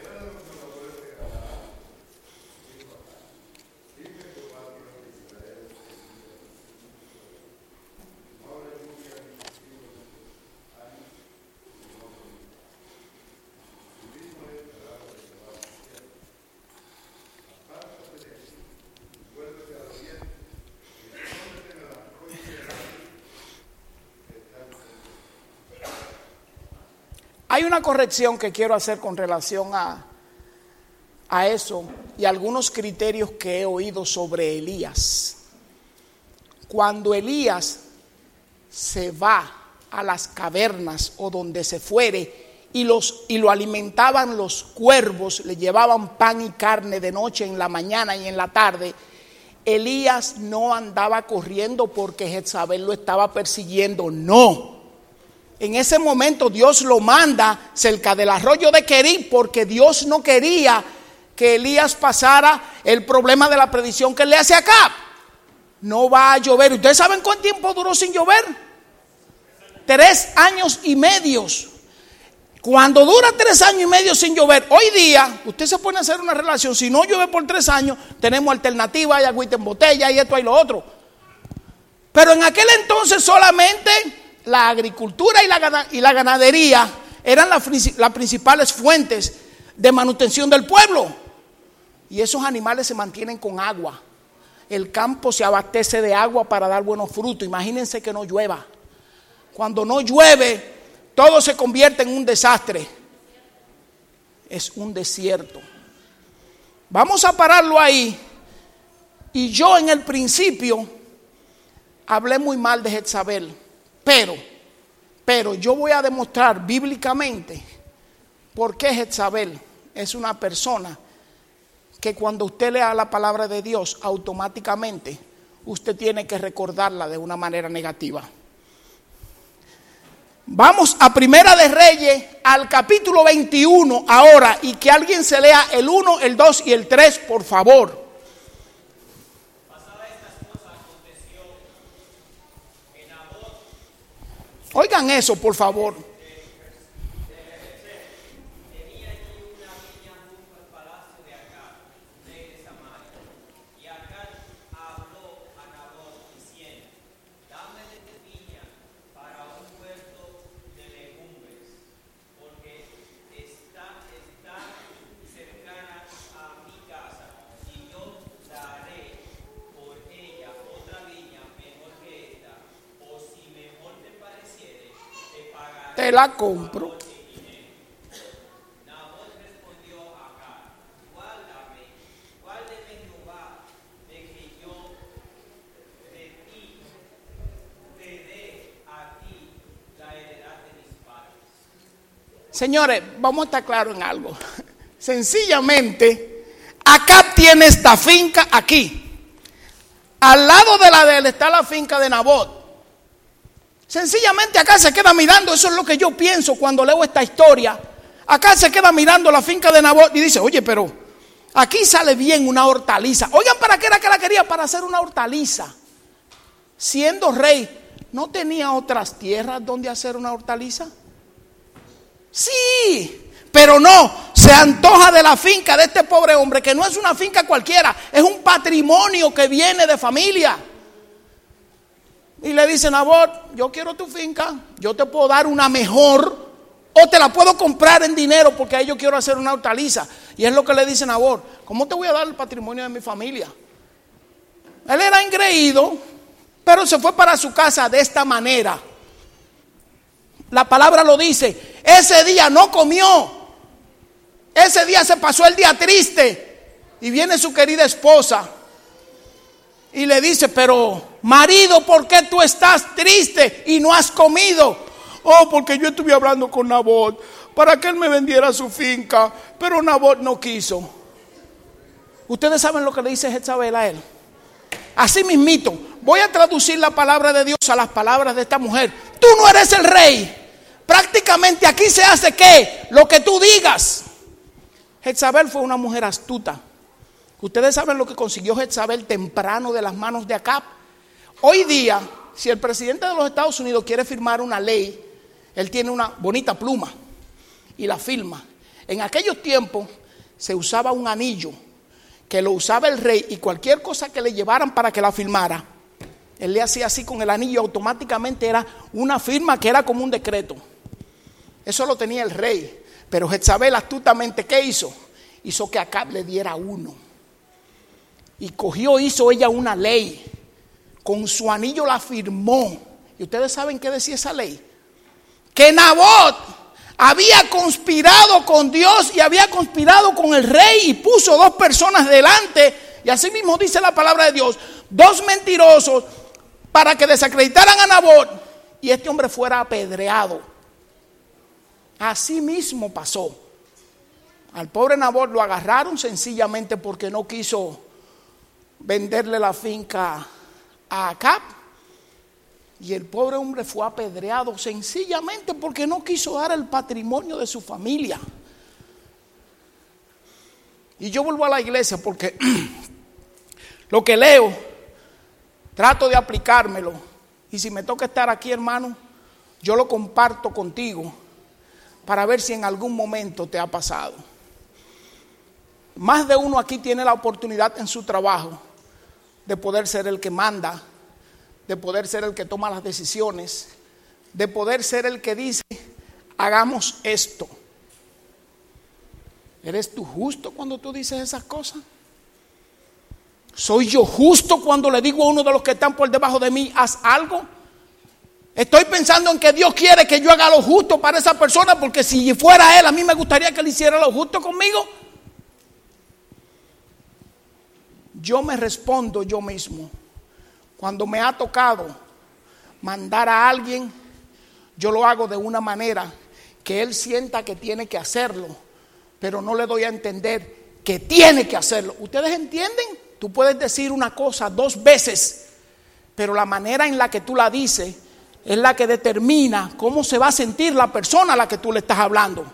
Hay una corrección que quiero hacer con relación a, a eso y algunos criterios que he oído sobre Elías. Cuando Elías se va a las cavernas o donde se fuere y, los, y lo alimentaban los cuervos, le llevaban pan y carne de noche, en la mañana y en la tarde, Elías no andaba corriendo porque Jezabel lo estaba persiguiendo, no. En ese momento Dios lo manda cerca del arroyo de Querib porque Dios no quería que Elías pasara el problema de la predicción que le hace a Acab. No va a llover. ¿Ustedes saben cuánto tiempo duró sin llover? Tres años y medios. Cuando dura tres años y medio sin llover, hoy día, usted se pone a hacer una relación. Si no llueve por tres años, tenemos alternativa, hay agüita en botella, y esto, y lo otro. Pero en aquel entonces solamente la agricultura y la, y la ganadería eran las, las principales fuentes de manutención del pueblo. Y esos animales se mantienen con agua. El campo se abastece de agua para dar buenos frutos. Imagínense que no llueva. Cuando no llueve, todo se convierte en un desastre. Es un desierto. Vamos a pararlo ahí. Y yo en el principio hablé muy mal de Jezabel. Pero, pero yo voy a demostrar bíblicamente por qué Jezabel es una persona que cuando usted lea la palabra de Dios, automáticamente usted tiene que recordarla de una manera negativa. Vamos a Primera de Reyes, al capítulo veintiuno ahora, y que alguien se lea el uno, el dos y el tres, por favor. Oigan eso, por favor. Te la compro. Señores, vamos a estar claros en algo. Sencillamente, Acab tiene esta finca aquí. Al lado de la de él está la finca de Nabot. Sencillamente acá se queda mirando. Eso es lo que yo pienso cuando leo esta historia. Acá se queda mirando la finca de Nabot y dice, oye, pero aquí sale bien una hortaliza. Oigan, ¿para qué era que la quería? Para hacer una hortaliza. Siendo rey, ¿no tenía otras tierras donde hacer una hortaliza? Sí, pero no, se antoja de la finca de este pobre hombre, que no es una finca cualquiera, es un patrimonio que viene de familia. Y le dice, Nabot, yo quiero tu finca, yo te puedo dar una mejor, o te la puedo comprar en dinero porque ahí yo quiero hacer una hortaliza. Y es lo que le dice Nabot, ¿cómo te voy a dar el patrimonio de mi familia? Él era engreído, pero se fue para su casa de esta manera. La palabra lo dice, ese día no comió, ese día se pasó el día triste. Y viene su querida esposa y le dice, pero marido, ¿por qué tú estás triste y no has comido? Oh, porque yo estuve hablando con Nabot para que él me vendiera su finca, pero Nabot no quiso. Ustedes saben lo que le dice Jezabel a él. Así mismito, voy a traducir la palabra de Dios a las palabras de esta mujer. Tú no eres el rey. Prácticamente aquí se hace ¿qué? Lo que tú digas. Jezabel fue una mujer astuta. Ustedes saben lo que consiguió Jezabel temprano de las manos de Acab. Hoy día, si el presidente de los Estados Unidos quiere firmar una ley, él tiene una bonita pluma y la firma. En aquellos tiempos se usaba un anillo que lo usaba el rey, y cualquier cosa que le llevaran para que la firmara, él le hacía así con el anillo, automáticamente era una firma que era como un decreto. Eso lo tenía el rey. Pero Jezabel astutamente, ¿qué hizo? Hizo que Acab le diera uno. Y cogió, hizo ella una ley. Con su anillo la firmó. ¿Y ustedes saben qué decía esa ley? Que Nabot había conspirado con Dios y había conspirado con el rey y puso dos personas delante. Y así mismo dice la palabra de Dios, dos mentirosos para que desacreditaran a Nabot y este hombre fuera apedreado. Así mismo pasó. Al pobre Nabot lo agarraron sencillamente porque no quiso venderle la finca a Acab. Y el pobre hombre fue apedreado sencillamente porque no quiso dar el patrimonio de su familia. Y yo vuelvo a la iglesia porque lo que leo, trato de aplicármelo. Y si me toca estar aquí, hermano, yo lo comparto contigo para ver si en algún momento te ha pasado. Más de uno aquí tiene la oportunidad en su trabajo de poder ser el que manda, de poder ser el que toma las decisiones, de poder ser el que dice, hagamos esto. ¿Eres tú justo cuando tú dices esas cosas? ¿Soy yo justo cuando le digo a uno de los que están por debajo de mí, haz algo? Estoy pensando en que Dios quiere que yo haga lo justo para esa persona, porque si fuera Él, a mí me gustaría que Él hiciera lo justo conmigo. Yo me respondo yo mismo. Cuando me ha tocado mandar a alguien, yo lo hago de una manera que él sienta que tiene que hacerlo, pero no le doy a entender que tiene que hacerlo. ¿Ustedes entienden? Tú puedes decir una cosa dos veces, pero la manera en la que tú la dices es la que determina cómo se va a sentir la persona a la que tú le estás hablando.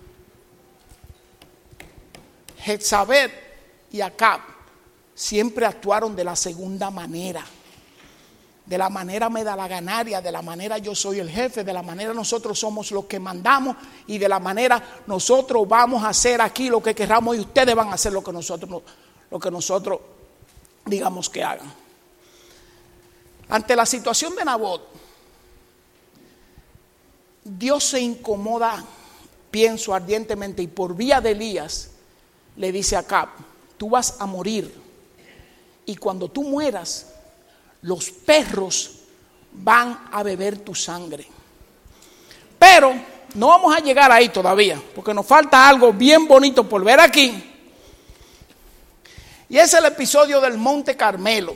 Jezabel y Acab siempre actuaron de la segunda manera. De la manera me da la ganaria, de la manera yo soy el jefe, de la manera nosotros somos los que mandamos y de la manera nosotros vamos a hacer aquí lo que queramos y ustedes van a hacer lo que nosotros, lo que nosotros digamos que hagan. Ante la situación de Nabot, Dios se incomoda, pienso ardientemente, y por vía de Elías le dice a Acab, tú vas a morir y cuando tú mueras, los perros van a beber tu sangre. Pero no vamos a llegar ahí todavía, porque nos falta algo bien bonito por ver aquí. Y es el episodio del Monte Carmelo.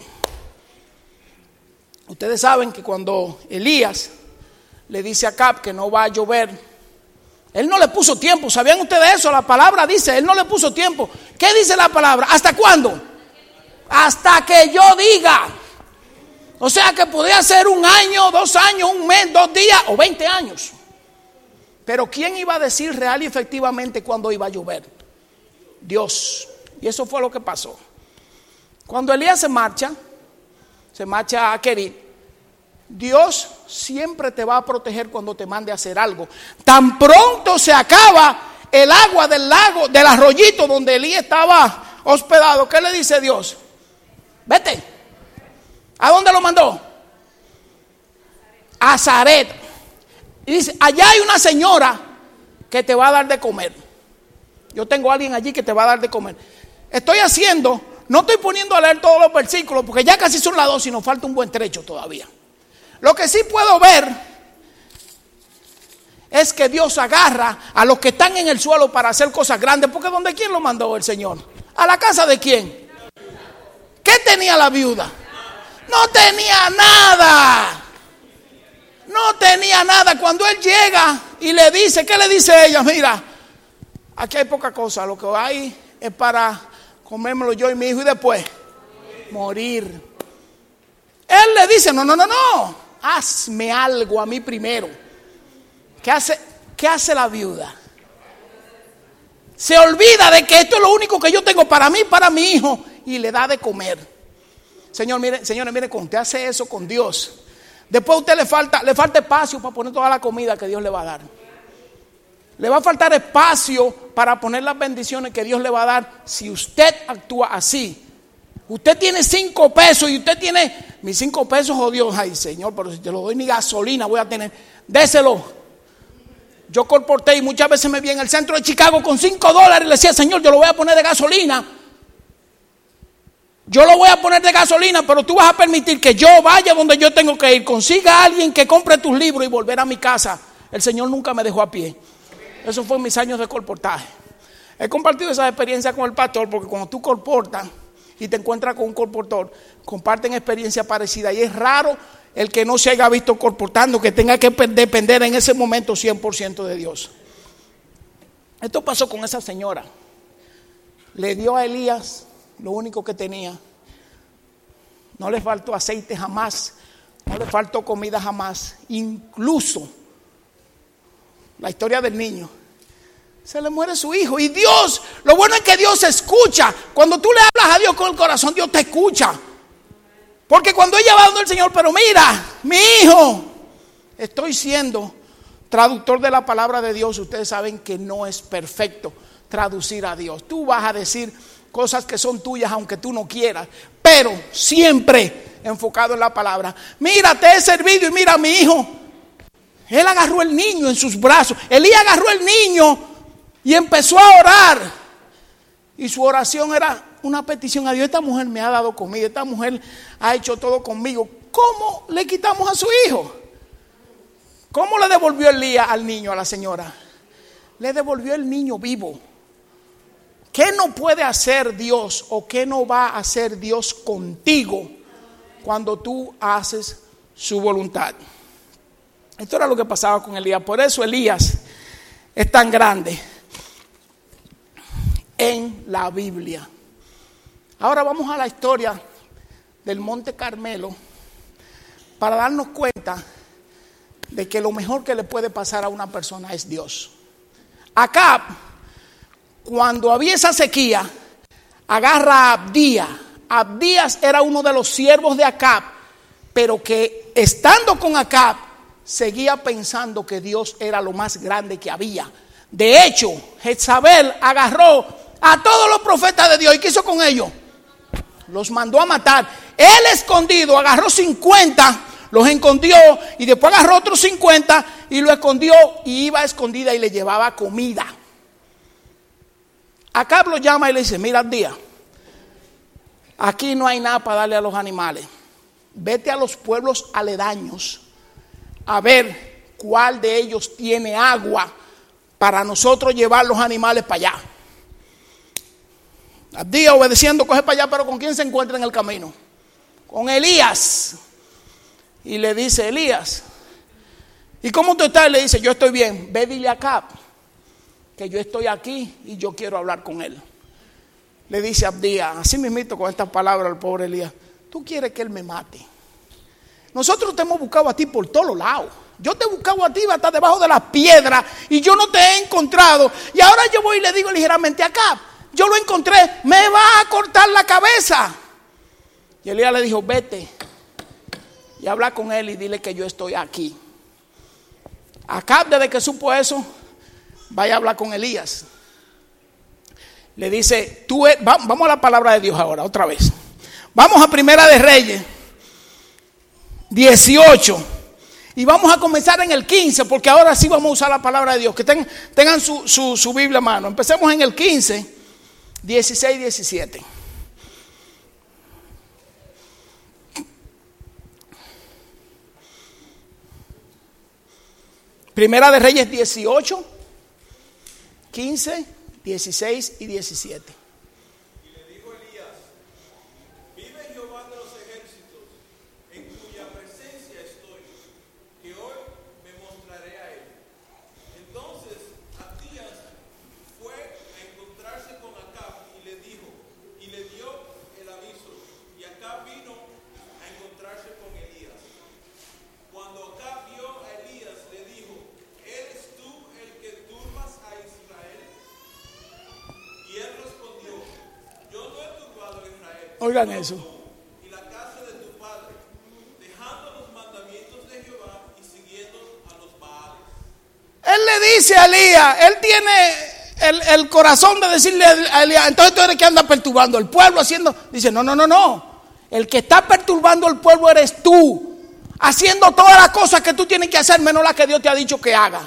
Ustedes saben que cuando Elías le dice a Acab que no va a llover, él no le puso tiempo. ¿Sabían ustedes eso? La palabra dice, él no le puso tiempo. ¿Qué dice la palabra? ¿Hasta cuándo? Hasta que yo diga. O sea que podía ser un año, dos años, un mes, dos días o veinte años. Pero ¿quién iba a decir real y efectivamente cuándo iba a llover? Dios. Y eso fue lo que pasó. Cuando Elías se marcha, se marcha a Querit, Dios siempre te va a proteger cuando te mande a hacer algo. Tan pronto se acaba el agua del lago, del arroyito donde Elías estaba hospedado, ¿qué le dice Dios? Vete. ¿A dónde lo mandó? A Zaret. Y dice, allá hay una señora que te va a dar de comer. Yo tengo a alguien allí que te va a dar de comer. Estoy haciendo, no estoy poniendo a leer todos los versículos porque ya casi son las dos y nos falta un buen trecho todavía. Lo que sí puedo ver es que Dios agarra a los que están en el suelo para hacer cosas grandes. Porque ¿dónde quién lo mandó el Señor? ¿A la casa de quién? ¿Qué tenía la viuda? No tenía nada. No tenía nada. Cuando él llega y le dice, ¿qué le dice ella? Mira, aquí hay poca cosa. Lo que hay es para comérmelo yo y mi hijo y después morir. Él le dice, no, no, no, no. Hazme algo a mí primero. ¿Qué hace, qué hace la viuda? Se olvida de que esto es lo único que yo tengo para mí y para mi hijo y le da de comer. Señor, mire, señores, mire, cuando usted hace eso con Dios, después a usted le falta, le falta espacio para poner toda la comida que Dios le va a dar. Le va a faltar espacio para poner las bendiciones que Dios le va a dar si usted actúa así. Usted tiene cinco pesos y usted tiene mis cinco pesos, oh Dios, ay Señor, pero si te lo doy ni gasolina voy a tener, déselo. Yo colporté y muchas veces me vi en el centro de Chicago con cinco dólares y le decía, Señor, yo lo voy a poner de gasolina. Yo lo voy a poner de gasolina, pero tú vas a permitir que yo vaya donde yo tengo que ir. Consiga a alguien que compre tus libros y volver a mi casa. El Señor nunca me dejó a pie. Eso fue en mis años de colportaje. He compartido esa experiencia con el pastor porque cuando tú colportas y te encuentras con un colportor, comparten experiencia parecida y es raro el que no se haya visto colportando, que tenga que depender en ese momento cien por ciento de Dios. Esto pasó con esa señora. Le dio a Elías lo único que tenía. No le faltó aceite jamás, no le faltó comida jamás. Incluso la historia del niño, se le muere su hijo. Y Dios, lo bueno es que Dios escucha. Cuando tú le hablas a Dios con el corazón, Dios te escucha. Porque cuando ella va donde el Señor, pero mira, mi hijo, estoy siendo traductor de la palabra de Dios. Ustedes saben que no es perfecto traducir a Dios. Tú vas a decir cosas que son tuyas aunque tú no quieras, pero siempre enfocado en la palabra. Mira, te he servido y mira a mi hijo. Él agarró el niño en sus brazos. Elías agarró el niño y empezó a orar. Y su oración era una petición a Dios. Esta mujer me ha dado comida, esta mujer ha hecho todo conmigo. ¿Cómo le quitamos a su hijo? ¿Cómo le devolvió Elías al niño, a la señora? Le devolvió el niño vivo. ¿Qué no puede hacer Dios o qué no va a hacer Dios contigo cuando tú haces su voluntad? Esto era lo que pasaba con Elías. Por eso Elías es tan grande en la Biblia. Ahora vamos a la historia del Monte Carmelo para darnos cuenta de que lo mejor que le puede pasar a una persona es Dios. Acab, cuando había esa sequía, agarra a Abdías. Abdías era uno de los siervos de Acab, pero que estando con Acab seguía pensando que Dios era lo más grande que había. De hecho, Jezabel agarró a todos los profetas de Dios. ¿Y qué hizo con ellos? Los mandó a matar. Él escondido agarró cincuenta, los escondió y después agarró otros cincuenta y lo escondió y iba a escondida y le llevaba comida. Acab lo llama y le dice, mira Abdías, aquí no hay nada para darle a los animales. Vete a los pueblos aledaños a ver cuál de ellos tiene agua para nosotros llevar los animales para allá. Abdías, obedeciendo, coge para allá, pero ¿con quién se encuentra en el camino? Con Elías. Y le dice, Elías, ¿y cómo tú estás? Y le dice, yo estoy bien. Ve, dile a Acab que yo estoy aquí y yo quiero hablar con él. Le dice Abdías, así mismito con estas palabras al pobre Elías, tú quieres que él me mate. Nosotros te hemos buscado a ti por todos lados. Yo te he buscado a ti hasta debajo de las piedras y yo no te he encontrado. Y ahora yo voy y le digo ligeramente a Acab, yo lo encontré, me va a cortar la cabeza. Y Elías le dijo, vete y habla con él y dile que yo estoy aquí. Acab, desde que supo eso, vaya a hablar con Elías. Le dice, tú es, vamos a la palabra de Dios ahora, otra vez. Vamos a Primera de Reyes dieciocho y vamos a comenzar en el quince, porque ahora sí vamos a usar la palabra de Dios. Que ten, tengan su, su, su Biblia a mano. Empecemos en el quince, dieciséis, diecisiete. Primera de Reyes dieciocho, quince, dieciséis y diecisiete. Y le dijo Elías, vive Jehová de los ejércitos, en cuya presencia estoy, que hoy me mostraré a él. Entonces Abdías fue a encontrarse con Acab y le dijo, y le dio el aviso, y Acab vino a encontrarse con Elías. Cuando Acab vio a Elías, le dijo, ¿eres tú el que turbas a Israel? Y él respondió, yo no he turbado a Israel. Oigan eso. Y la casa de tu padre, dejando los mandamientos de Jehová y siguiendo a los Baales. Él le dice a Elías, él tiene el, el corazón de decirle a Elías, entonces tú eres que anda perturbando al pueblo haciendo. Dice, no, no, no, no. El que está perturbando al pueblo eres tú, haciendo todas las cosas que tú tienes que hacer, menos las que Dios te ha dicho que haga.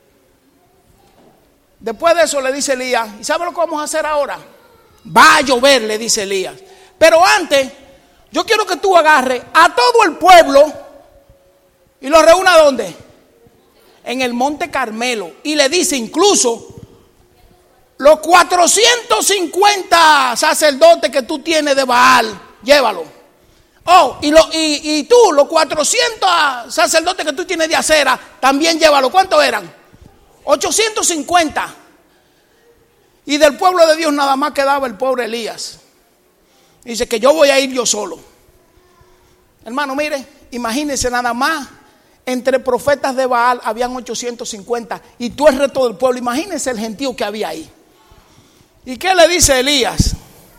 Después de eso le dice Elías, ¿y sabe lo que vamos a hacer ahora? Va a llover, le dice Elías. Pero antes, yo quiero que tú agarres a todo el pueblo y lo reúna ¿dónde? En el Monte Carmelo. Y le dice incluso, los cuatrocientos cincuenta sacerdotes que tú tienes de Baal, llévalo. Oh, y, lo, y, y tú, los cuatrocientos sacerdotes que tú tienes de Acera, también llévalo. ¿Cuántos eran? ochocientos cincuenta. Y del pueblo de Dios nada más quedaba el pobre Elías. Dice que yo voy a ir yo solo. Hermano, mire, imagínense nada más. Entre profetas de Baal habían ochocientos cincuenta y tú el resto del pueblo. Imagínense el gentío que había ahí. ¿Y qué le dice Elías?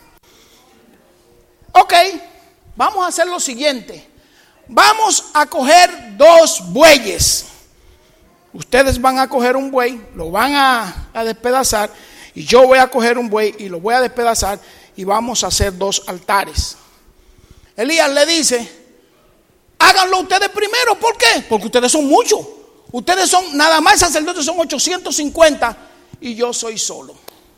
Ok, vamos a hacer lo siguiente. Vamos a coger dos bueyes. Ustedes van a coger un buey, lo van a, a despedazar, y yo voy a coger un buey y lo voy a despedazar y vamos a hacer dos altares. Elías le dice, háganlo ustedes primero. ¿Por qué? Porque ustedes son muchos. Ustedes son, nada más sacerdotes son ochocientos cincuenta y yo soy solo.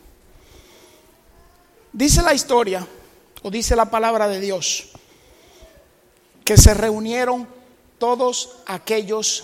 Dice la historia, o dice la palabra de Dios, que se reunieron todos aquellos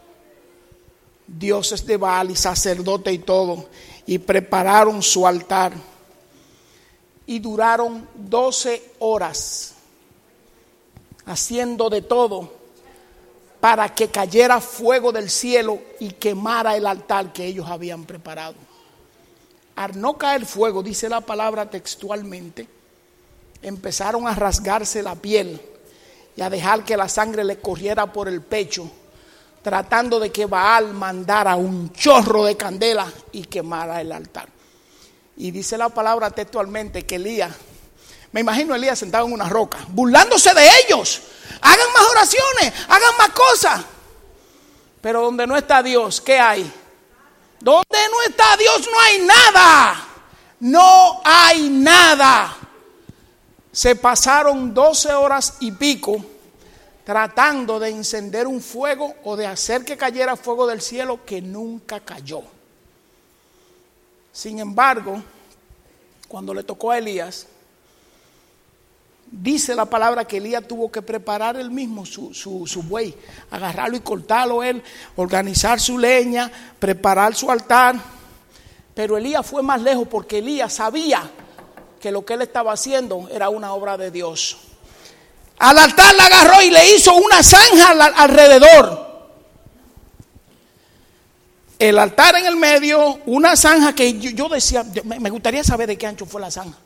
dioses de Baal y sacerdote y todo, y prepararon su altar y duraron doce horas haciendo de todo para que cayera fuego del cielo y quemara el altar que ellos habían preparado. Al no caer fuego, dice la palabra textualmente, empezaron a rasgarse la piel y a dejar que la sangre le corriera por el pecho, tratando de que Baal mandara un chorro de candela y quemara el altar. Y dice la palabra textualmente que Elías, me imagino a Elías sentado en una roca, burlándose de ellos. Hagan más oraciones, hagan más cosas. Pero donde no está Dios, ¿qué hay? Donde no está Dios no hay nada. No hay nada. Se pasaron doce horas y pico tratando de encender un fuego o de hacer que cayera fuego del cielo que nunca cayó. Sin embargo, cuando le tocó a Elías, dice la palabra que Elías tuvo que preparar él mismo su, su, su buey, agarrarlo y cortarlo él, organizar su leña, preparar su altar. Pero Elías fue más lejos porque Elías sabía que lo que él estaba haciendo era una obra de Dios. Al altar la agarró y le hizo una zanja alrededor. El altar en el medio, una zanja que yo, yo decía, me gustaría saber de qué ancho fue la zanja.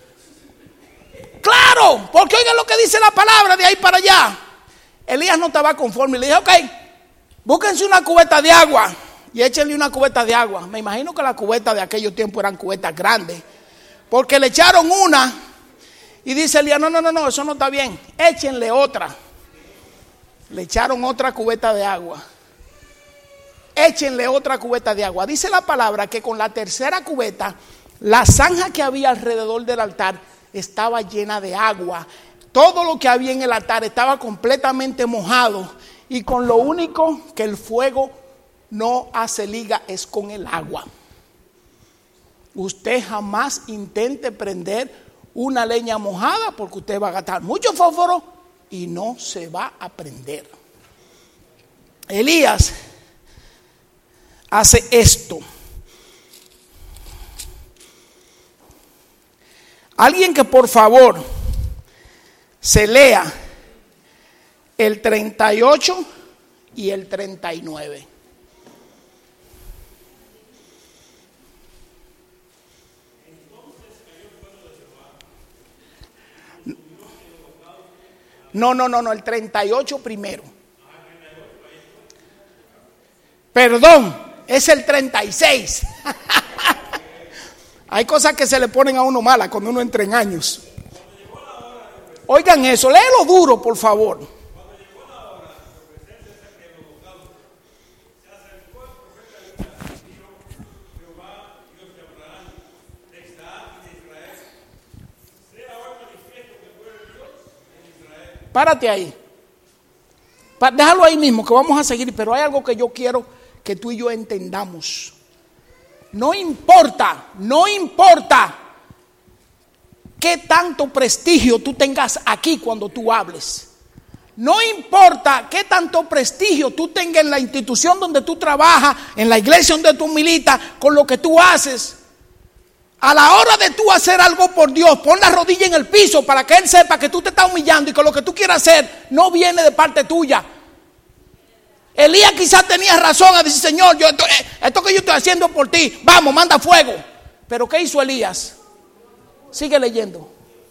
Claro, porque oigan lo que dice la palabra de ahí para allá. Elías no estaba conforme y le dijo, ok, Búsquense una cubeta de agua y échenle una cubeta de agua. Me imagino que las cubetas de aquellos tiempos eran cubetas grandes, porque le echaron una y dice Elías, no, no, no, no, eso no está bien, échenle otra. Le echaron otra cubeta de agua. Échenle otra cubeta de agua. Dice la palabra que con la tercera cubeta, la zanja que había alrededor del altar estaba llena de agua. Todo lo que había en el altar estaba completamente mojado. Y con lo único que el fuego no hace liga es con el agua. Usted jamás intente prender una leña mojada, porque usted va a gastar mucho fósforo y no se va a prender. Elías hace esto. Alguien que por favor se lea el treinta y ocho y el treinta y nueve. No, no, no, no, el treinta y ocho primero. Perdón, es el treinta y seis. Hay cosas que se le ponen a uno malas cuando uno entra en años. Oigan eso, léelo duro, por favor. Párate ahí. Déjalo ahí mismo, que vamos a seguir, pero hay algo que yo quiero que tú y yo entendamos. No importa, no importa qué tanto prestigio tú tengas aquí cuando tú hables. No importa qué tanto prestigio tú tengas en la institución donde tú trabajas, en la iglesia donde tú militas, con lo que tú haces. A la hora de tú hacer algo por Dios, pon la rodilla en el piso para que Él sepa que tú te estás humillando y que lo que tú quieras hacer no viene de parte tuya. Elías quizás tenía razón a decir, Señor, yo esto, esto que yo estoy haciendo por ti, vamos, manda fuego. Pero ¿qué hizo Elías? Sigue leyendo.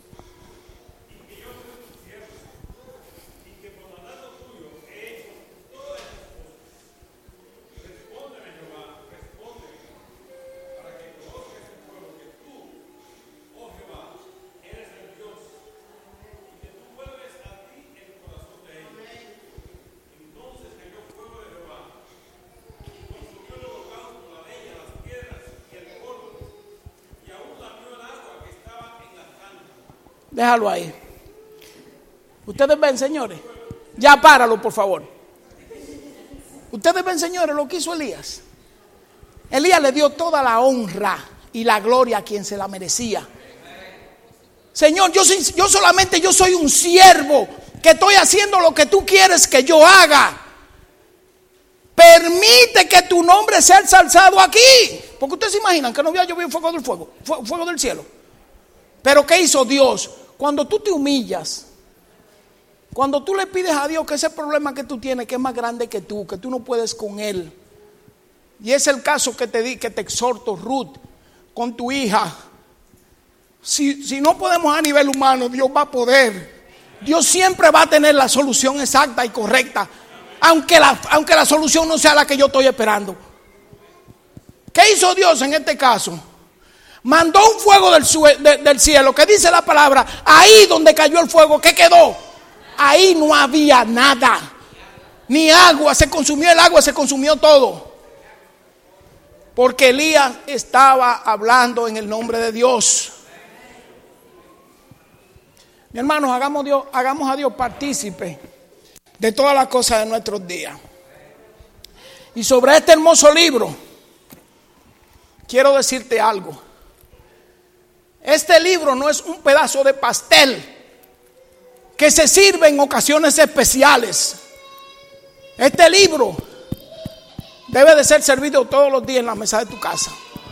Déjalo ahí. Ustedes ven, señores. Ya páralo, por favor. Ustedes ven, señores, lo que hizo Elías. Elías le dio toda la honra y la gloria a quien se la merecía. Señor, yo, yo solamente yo soy un siervo que estoy haciendo lo que tú quieres que yo haga. Permite que tu nombre sea ensalzado aquí. Porque ustedes se imaginan que no había llovido fuego del fuego, fuego del cielo. Pero ¿qué hizo Dios? Cuando tú te humillas, cuando tú le pides a Dios que ese problema que tú tienes, que es más grande que tú, que tú no puedes con él, y es el caso que te di, que te exhorto, Ruth, con tu hija. Si, si no podemos a nivel humano, Dios va a poder. Dios siempre va a tener la solución exacta y correcta, aunque la, aunque la solución no sea la que yo estoy esperando. ¿Qué hizo Dios en este caso? Mandó un fuego del, de, del cielo, que dice la palabra, ahí donde cayó el fuego, ¿qué quedó? Ahí no había nada, ni agua, se consumió el agua, se consumió todo. Porque Elías estaba hablando en el nombre de Dios. Mi hermanos, hagamos, Dios, hagamos a Dios partícipe de todas las cosas de nuestros días. Y sobre este hermoso libro, quiero decirte algo. Este libro no es un pedazo de pastel que se sirve en ocasiones especiales. Este libro debe de ser servido todos los días en la mesa de tu casa.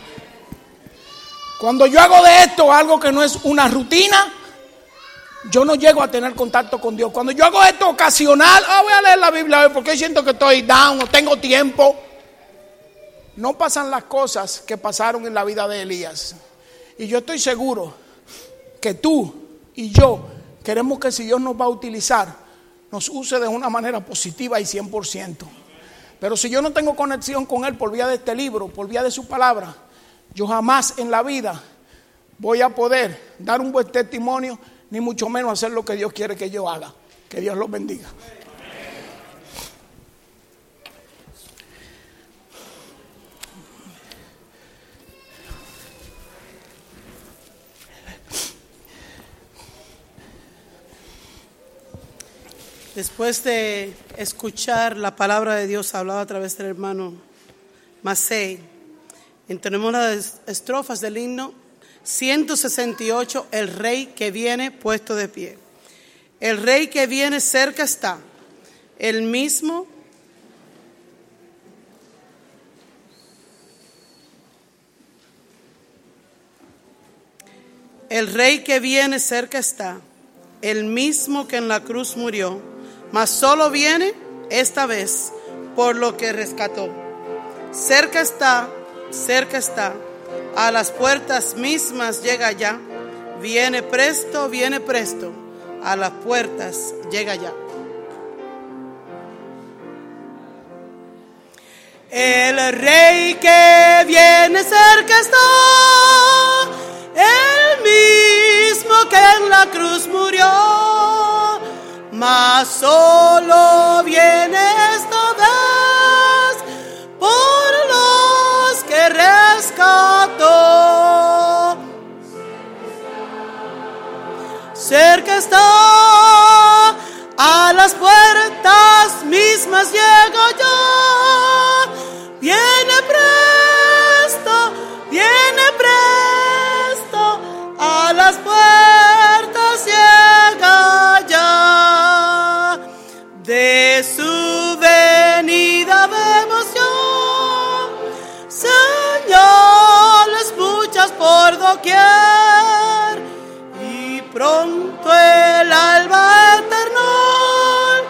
Cuando yo hago de esto algo que no es una rutina, yo no llego a tener contacto con Dios. Cuando yo hago esto ocasional, ah, voy a leer la Biblia hoy porque siento que estoy down, no tengo tiempo. No pasan las cosas que pasaron en la vida de Elías. Y yo estoy seguro que tú y yo queremos que si Dios nos va a utilizar, nos use de una manera positiva y cien por ciento. Pero si yo no tengo conexión con Él por vía de este libro, por vía de su palabra, yo jamás en la vida voy a poder dar un buen testimonio, ni mucho menos hacer lo que Dios quiere que yo haga. Que Dios los bendiga. Después de escuchar la palabra de Dios hablada a través del hermano Macei, entonemos las estrofas del himno ciento sesenta y ocho, el rey que viene puesto de pie. El rey que viene cerca está, el mismo el rey que viene cerca está, el mismo que en la cruz murió, mas solo viene esta vez por lo que rescató. Cerca está, cerca está, a las puertas mismas llega ya, viene presto, viene presto, a las puertas llega ya. El rey que viene cerca está, el mismo que en la cruz murió, mas solo viene esta vez por los que rescató. Cerca está, a las puertas mismas llega ya, viene presto, viene presto, a las puertas llega ya. De su venida vemos ya señales muchas por doquier, y pronto el alba eternal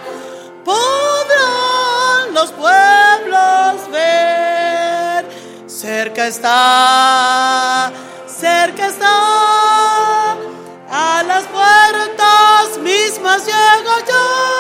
podrán los pueblos ver. Cerca está, cerca está, a las puertas mismas llega ya.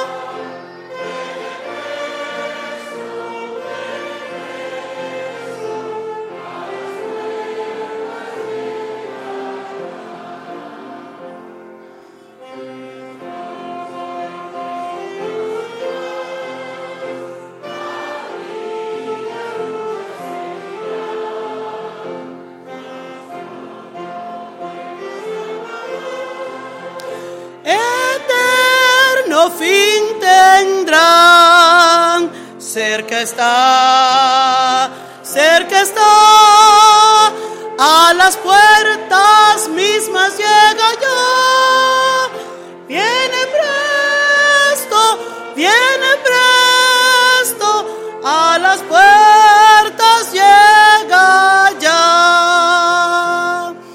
Eterno fin tendrán. Cerca está, cerca está, a las puertas mismas llega ya. Viene presto, viene presto, a las puertas llega ya.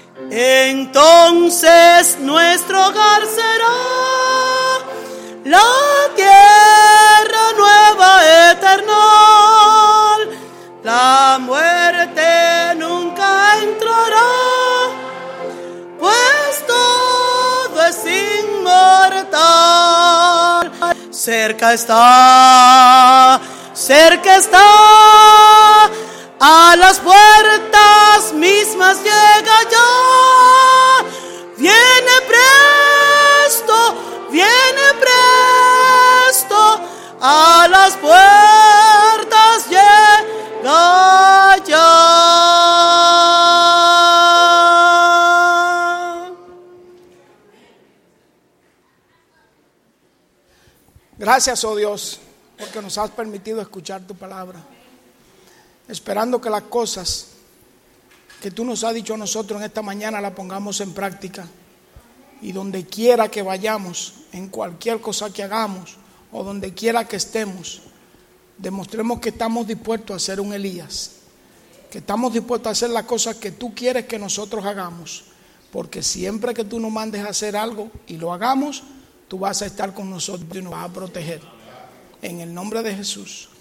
Entonces nuestro hogar será la tierra nueva eternal. La muerte nunca entrará, pues todo es inmortal. Cerca está, cerca está, a las puertas mismas llega ya. Viene presto, viene presto, a las puertas llega ya. Gracias, oh Dios, porque nos has permitido escuchar tu palabra, esperando que las cosas que tú nos has dicho a nosotros en esta mañana las pongamos en práctica, y donde quiera que vayamos, en cualquier cosa que hagamos o donde quiera que estemos, demostremos que estamos dispuestos a hacer un Elías, que estamos dispuestos a hacer las cosas que tú quieres que nosotros hagamos, porque siempre que tú nos mandes a hacer algo y lo hagamos, tú vas a estar con nosotros y nos vas a proteger. En el nombre de Jesús.